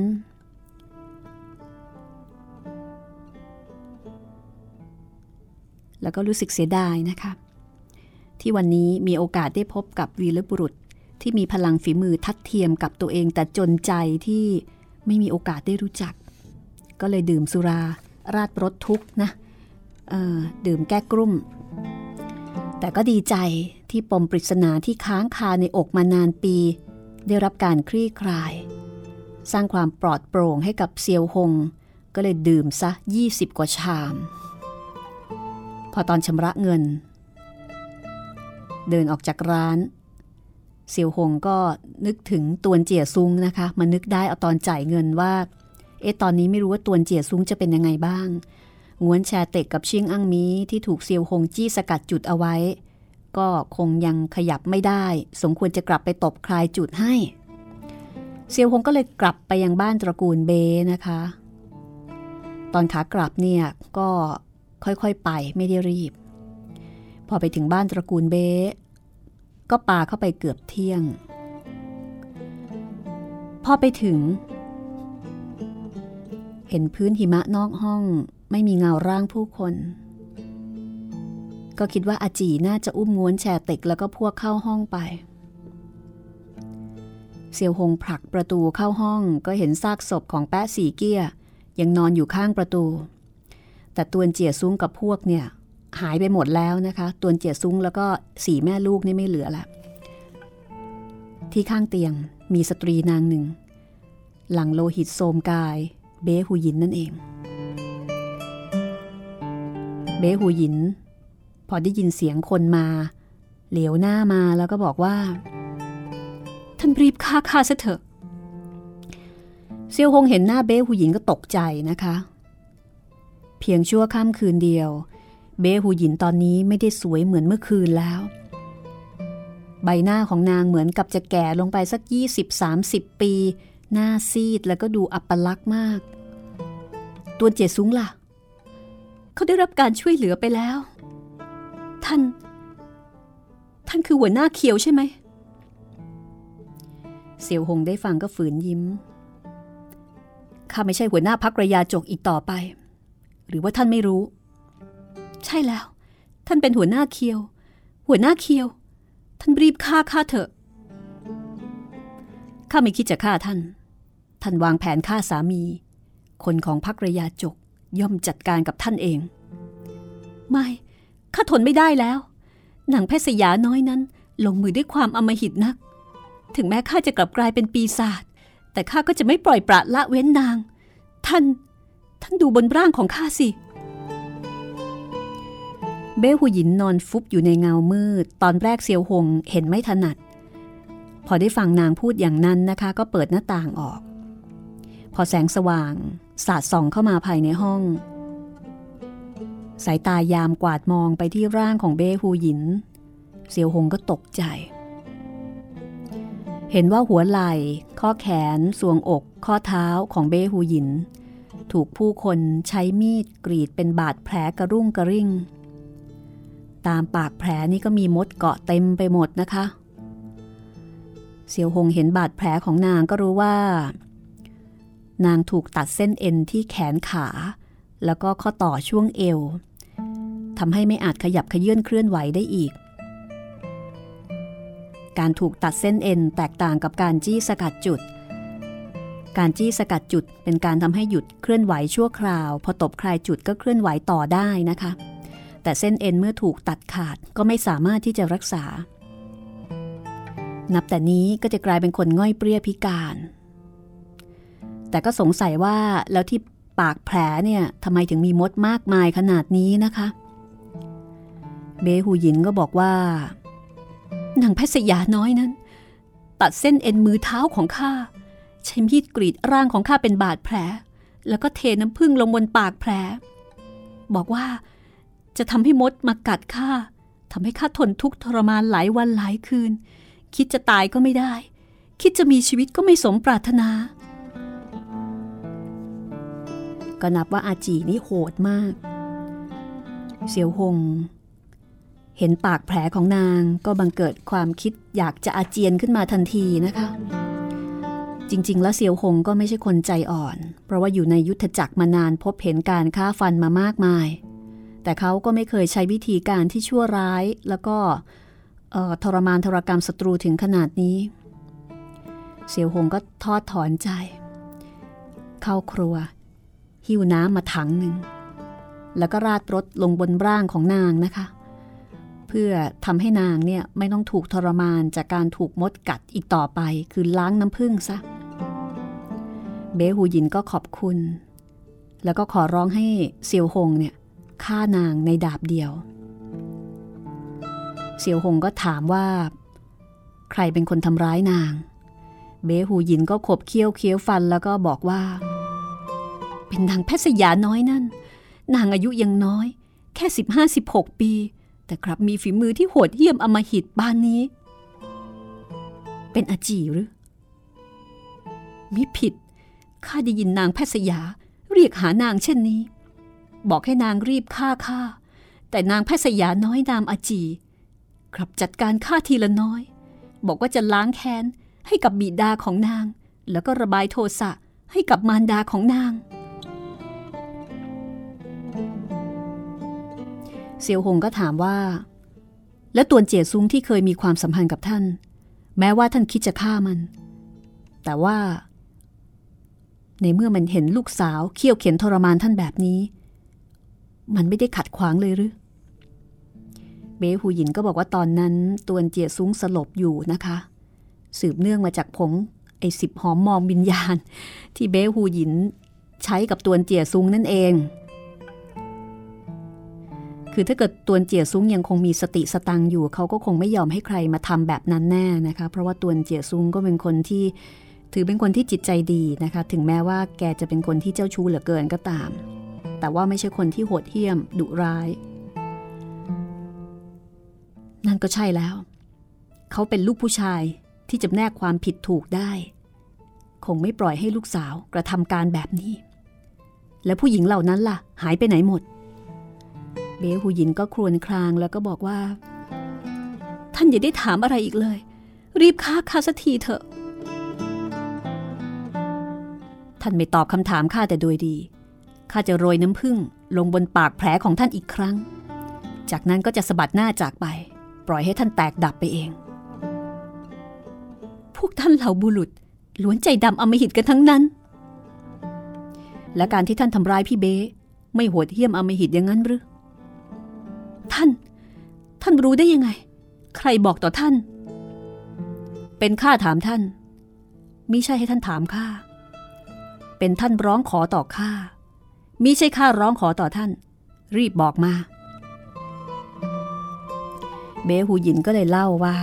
แล้วก็รู้สึกเสียดายนะคะที่วันนี้มีโอกาสได้พบกับวีรบุรุษที่มีพลังฝีมือทัดเทียมกับตัวเองแต่จนใจที่ไม่มีโอกาสได้รู้จักก็เลยดื่มสุราราดรสทุกข์นะดื่มแก้กรุ่มแต่ก็ดีใจที่ปมปริศนาที่ค้างคาในอกมานานปีได้รับการคลี่คลายสร้างความปลอดโปร่งให้กับเซียวหงก็เลยดื่มซะยี่สิบกว่าชามพอตอนชำระเงินเดินออกจากร้านเซียวหงก็นึกถึงตวนเจี๋ยซุงนะคะมานึกได้เอาตอนจ่ายเงินว่าเอ๊ะตอนนี้ไม่รู้ว่าตวนเจี๋ยซุงจะเป็นยังไงบ้างง้วนแชเต็กกับชิงอั้งมีที่ถูกเซียวหงจี้สกัดจุดเอาไว้ก็คงยังขยับไม่ได้สมควรจะกลับไปตบคลายจุดให้เซียวหงก็เลยกลับไปยังบ้านตระกูลเบนะคะตอนขากลับเนี่ยก็ค่อยๆไปไม่ได้รีบพอไปถึงบ้านตระกูลเบก็ปาเข้าไปเกือบเที่ยงพอไปถึงเห็นพื้นหิมะนอกห้องไม่มีเงาร่างผู้คนก็คิดว่าอาจีน่าจะอุ้มง้วนแชเต็กแล้วก็พวกเข้าห้องไปเซียวหงผลักประตูเข้าห้องก็เห็นซากศพของแป๊ะสี่เกี้ยยังนอนอยู่ข้างประตูแต่ตวนเจี๋ยซุ้งกับพวกเนี่ยหายไปหมดแล้วนะคะตวนเจี๋ยซุ้งแล้วก็สี่แม่ลูกนี่ไม่เหลือละที่ข้างเตียงมีสตรีนางหนึ่งหลังโลหิตโสมกายเบ้หูหยินนั่นเองเบ้หูหยินพอได้ยินเสียงคนมาเหลียวหน้ามาแล้วก็บอกว่าท่านรีบฆ่าข้าซะเถอะเซียวหงเห็นหน้าเบ้หูหยินก็ตกใจนะคะเพียงชั่วค่ำคืนเดียวเบ้หูหยินตอนนี้ไม่ได้สวยเหมือนเมื่อคืนแล้วใบหน้าของนางเหมือนกับจะแก่ลงไปสัก ยี่สิบสามสิบ ปีหน้าซีดแล้วก็ดูอัปลักษณ์มากตวนเจี๋ยซุ้งล่ะเขาได้รับการช่วยเหลือไปแล้วท่านท่านคือหัวหน้าเขียวใช่ไหมเสี่ยวหงได้ฟังก็ฝืนยิ้มข้าไม่ใช่หัวหน้าพรรคระยาจกอีกต่อไปหรือว่าท่านไม่รู้ใช่แล้วท่านเป็นหัวหน้าเคียวหัวหน้าเคียวท่านรีบฆ่าข้าเถอะข้ ข้าไม่คิดจะฆ่าท่านท่านวางแผนฆ่าสามีคนของพรรคระยาจกย่อมจัดการกับท่านเองไม่ข้าทนไม่ได้แล้วนางแพทย์สยาน้อยนั้นลงมือด้วยความอำมหิตนักถึงแม้ข้าจะกลับกลายเป็นปีศาจแต่ข้าก็จะไม่ปล่อยปละละเว้นนางท่านท่านดูบนร่างของข้าสิเบ้หูหยินนอนฟุบอยู่ในเงามืดตอนแรกเซียวหงเห็นไม่ถนัดพอได้ฟังนางพูดอย่างนั้นนะคะก็เปิดหน้าต่างออกพอแสงสว่างสาดส่องเข้ามาภายในห้องสายตายามกวาดมองไปที่ร่างของเบ้หูหยินเซียวหงก็ตกใจเห็นว่าหัวไหล่ข้อแขนทรวงอกข้อเท้าของเบ้หูหยินถูกผู้คนใช้มีดกรีดเป็นบาดแผลกระรุ่งกระริ่งตามปากแผลนี่ก็มีมดเกาะเต็มไปหมดนะคะเซียวหงเห็นบาดแผลของนางก็รู้ว่านางถูกตัดเส้นเอ็นที่แขนขาแล้วก็ข้อต่อช่วงเอวทำให้ไม่อาจขยับเขยื้อนเคลื่อนไหวได้อีกการถูกตัดเส้นเอ็นแตกต่างกับการจี้สกัดจุดการจี้สกัดจุดเป็นการทำให้หยุดเคลื่อนไหวชั่วคราวพอตบคลายจุดก็เคลื่อนไหวต่อได้นะคะแต่เส้นเอ็นเมื่อถูกตัดขาดก็ไม่สามารถที่จะรักษานับแต่นี้ก็จะกลายเป็นคนง่อยเปรี้ยพิการแต่ก็สงสัยว่าแล้วที่ปากแผลเนี่ยทำไมถึงมีมดมากมายขนาดนี้นะคะเบหูหยินก็บอกว่านางแพทย์สยาน้อยนั้นตัดเส้นเอ็นมือเท้าของข้าใช้มีดกรีดร่างของข้าเป็นบาดแผลแล้วก็เทน้ำผึ้งลงบนปากแผลบอกว่าจะทำให้มดมากัดข้าทำให้ข้าทนทุกข์ทรมานหลายวันหลายคืนคิดจะตายก็ไม่ได้คิดจะมีชีวิตก็ไม่สมปรารถนาก็นับว่าอาจีนี่โหดมากเสี่ยวหงเห็นปากแผลของนางก็บังเกิดความคิดอยากจะอาเจียนขึ้นมาทันทีนะคะจริงๆแล้วเสี่ยวหงก็ไม่ใช่คนใจอ่อนเพราะว่าอยู่ในยุทธจักรมานานพบเห็นการฆ่าฟันมามากมายแต่เขาก็ไม่เคยใช้วิธีการที่ชั่วร้ายแล้วก็ทรมานทรกรรมศัตรูถึงขนาดนี้เสี่ยวหงก็ทอดถอนใจเข้าครัวหิ้วน้ำมาถังหนึ่งแล้วก็ราดรถลงบนร่างของนางนะคะเพื่อทำให้นางเนี่ยไม่ต้องถูกทรมานจากการถูกมดกัดอีกต่อไปคือล้างน้ำผึ้งซะเบหูหยินก็ขอบคุณแล้วก็ขอร้องให้เสี่ยวหงเนี่ยฆ่านางในดาบเดียวเสี่ยวหงก็ถามว่าใครเป็นคนทำร้ายนางเบหูหยินก็ขบเคี้ยวเคี้ยวฟันแล้วก็บอกว่าเป็นนางแพทย์สยาน้อยนั่นนางอายุยังน้อยแค่สิบห้าสิบหกปีแต่กลับมีฝีมือที่โหดเหี้ยมอำมหิตบ้านนี้เป็นอาจีหรือมิผิดข้าได้ยินนางแพทย์สยาเรียกหานางเช่นนี้บอกให้นางรีบฆ่าข้าแต่นางแพทย์สยาน้อยนามอาจีกลับจัดการฆ่าทีละน้อยบอกว่าจะล้างแค้นให้กับบิดาของนางแล้วก็ระบายโทสะให้กับมารดาของนางเสี่ยวหงก็ถามว่าแล้วตวนเจี๋ยซุงที่เคยมีความสัมพันธ์กับท่านแม้ว่าท่านคิดจะฆ่ามันแต่ว่าในเมื่อมันเห็นลูกสาวเคี่ยวเข็นทรมานท่านแบบนี้มันไม่ได้ขัดขวางเลยหรือเบหูหยินก็บอกว่าตอนนั้นตวนเจี๋ยซุงสลบอยู่นะคะสืบเนื่องมาจากผงไอ้สิบหอมมองวิญญาณที่เบหูหยินใช้กับตวนเจี๋ยซุงนั่นเองคือถ้าเกิดตวนเจี๋ยซุงยังคงมีสติสตังอยู่เขาก็คงไม่ยอมให้ใครมาทำแบบนั้นแน่นะคะเพราะว่าตวนเจี๋ยซุงก็เป็นคนที่ถือเป็นคนที่จิตใจดีนะคะถึงแม้ว่าแกจะเป็นคนที่เจ้าชู้เหลือเกินก็ตามแต่ว่าไม่ใช่คนที่โหดเหี้ยมดุร้ายนั่นก็ใช่แล้วเขาเป็นลูกผู้ชายที่จำแนกความผิดถูกได้คงไม่ปล่อยให้ลูกสาวกระทำการแบบนี้แล้วผู้หญิงเหล่านั้นล่ะหายไปไหนหมดเบหูหยินก็ครวญครางแล้วก็บอกว่าท่านอย่าได้ถามอะไรอีกเลยรีบฆ่าข้าสักทีเถอะท่านไม่ตอบคำถามข้าแต่โดยดีข้าจะโรยน้ำผึ้งลงบนปากแผลของท่านอีกครั้งจากนั้นก็จะสะบัดหน้าจากไปปล่อยให้ท่านแตกดับไปเองพวกท่านเหล่าบุรุษล้วนใจดำอำมหิตกันทั้งนั้นและการที่ท่านทำร้ายพี่เบ้ไม่โหดเหี้ยมอำมหิตอย่างนั้นหรือท่านท่านรู้ได้ยังไงใครบอกต่อท่านเป็นข้าถามท่านมิใช่ให้ท่านถามข้าเป็นท่านร้องขอต่อข้ามิใช่ข้าร้องขอต่อท่านรีบบอกมาเบหูหยินก็เลยเล่าว่า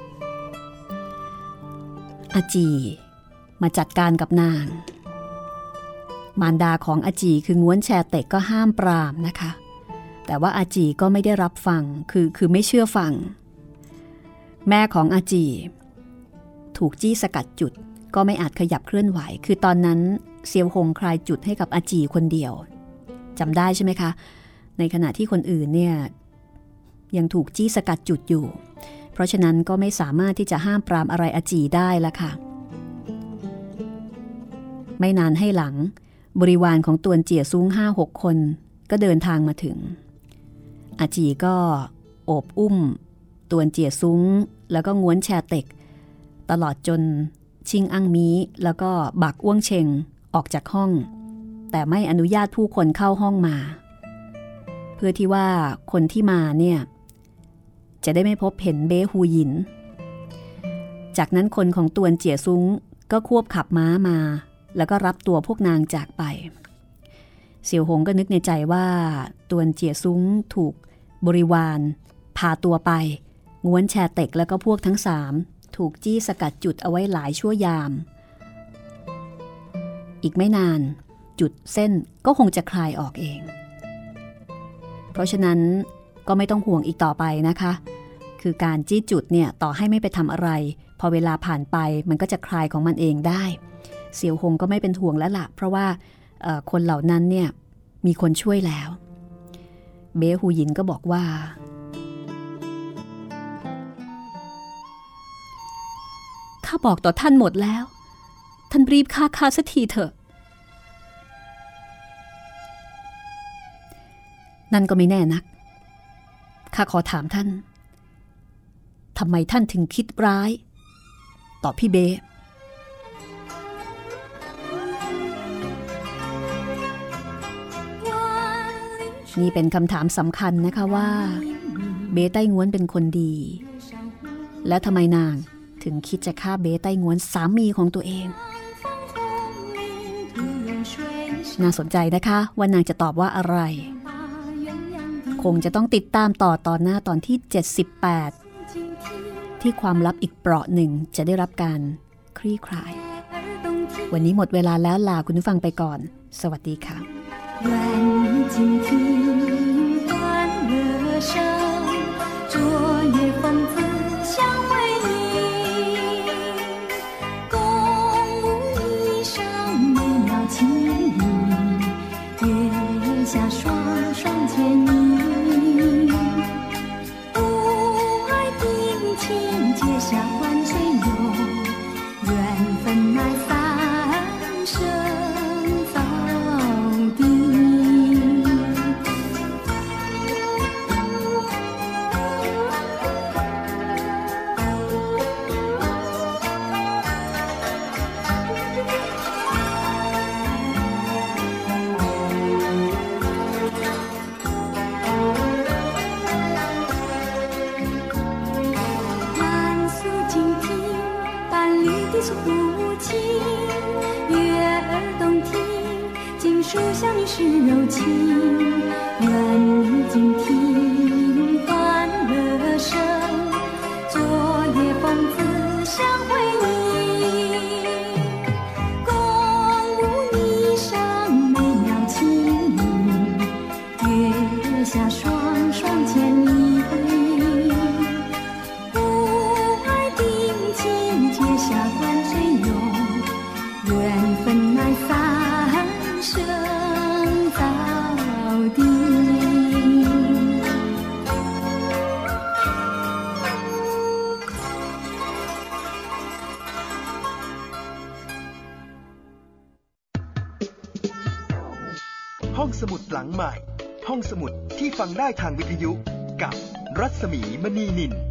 อาจีมาจัดการกับนางมารดาของอาจีคือง้วนแชเต็กก็ห้ามปรามนะคะแต่ว่าอาจีก็ไม่ได้รับฟังคือคือไม่เชื่อฟังแม่ของอาจีถูกจี้สกัดจุดก็ไม่อาจขยับเคลื่อนไหวคือตอนนั้นเซียวหงคลายจุดให้กับอาจีคนเดียวจำได้ใช่ไหมคะในขณะที่คนอื่นเนี่ยยังถูกจี้สกัดจุดอยู่เพราะฉะนั้นก็ไม่สามารถที่จะห้ามปรามอะไรอาจีได้ละค่ะไม่นานให้หลังบริวารของตวนเจี๋ยซุ้งห้าหกคนก็เดินทางมาถึงอาจีก็โอบอุ้มตวนเจี๋ยซุ้งแล้วก็ง้วนแชเต็กตลอดจนชิงอั้งมีแล้วก็บักอ้วงเชงออกจากห้องแต่ไม่อนุญาตผู้คนเข้าห้องมาเพื่อที่ว่าคนที่มาเนี่ยจะได้ไม่พบเห็นเบหูหยินจากนั้นคนของตวนเจี๋ยซุ้งก็ควบขับม้ามาแล้วก็รับตัวพวกนางจากไปเสี่ยวหงก็นึกในใจว่าตวนเจี๋ยซุ้งถูกบริวารพาตัวไปง้วนแชเต็กแล้วก็พวกทั้งสามถูกจี้สกัดจุดเอาไว้หลายชั่วยามอีกไม่นานจุดเส้นก็คงจะคลายออกเองเพราะฉะนั้นก็ไม่ต้องห่วงอีกต่อไปนะคะคือการจี้จุดเนี่ยต่อให้ไม่ไปทำอะไรพอเวลาผ่านไปมันก็จะคลายของมันเองได้เสี่ยวหงก็ไม่เป็นห่วงแล้วล่ะเพราะว่าคนเหล่านั้นเนี่ยมีคนช่วยแล้วเบหูหยินก็บอกว่าข้าบอกต่อท่านหมดแล้วท่านรีบฆ่าข้าสักทีเถอะนั่นก็ไม่แน่นักข้าขอถามท่านทำไมท่านถึงคิดร้ายต่อพี่เบนี่เป็นคำถามสำคัญนะคะว่าเบไต้ง้วนเป็นคนดีและทำไมนางถึงคิดจะฆ่าเบไต้ง้วนสามีของตัวเองน่าสนใจนะคะว่านางจะตอบว่าอะไรคงจะต้องติดตามต่อตอนหน้าตอนที่เจ็ดสิบแปดที่ความลับอีกเปราะหนึ่งจะได้รับการคลี่คลายวันนี้หมดเวลาแล้วลาคุณผู้ฟังไปก่อนสวัสดีค่ะ愿你静听欢乐声，昨夜风子相会你，共舞霓裳美妙情意，月下双双牵引，不爱定情结下欢醉友，缘分乃三生早定。书香你是柔情，愿你静听欢乐声，昨夜风子相会你，共舞霓裳美妙情意，月下双双牵引，不爱定情结下欢醉友，缘分乃三生早定。
ห้องสมุดหลังใหม่ห้องสมุดที่ฟังได้ทางวิทยุกับรัศมีมณีนิน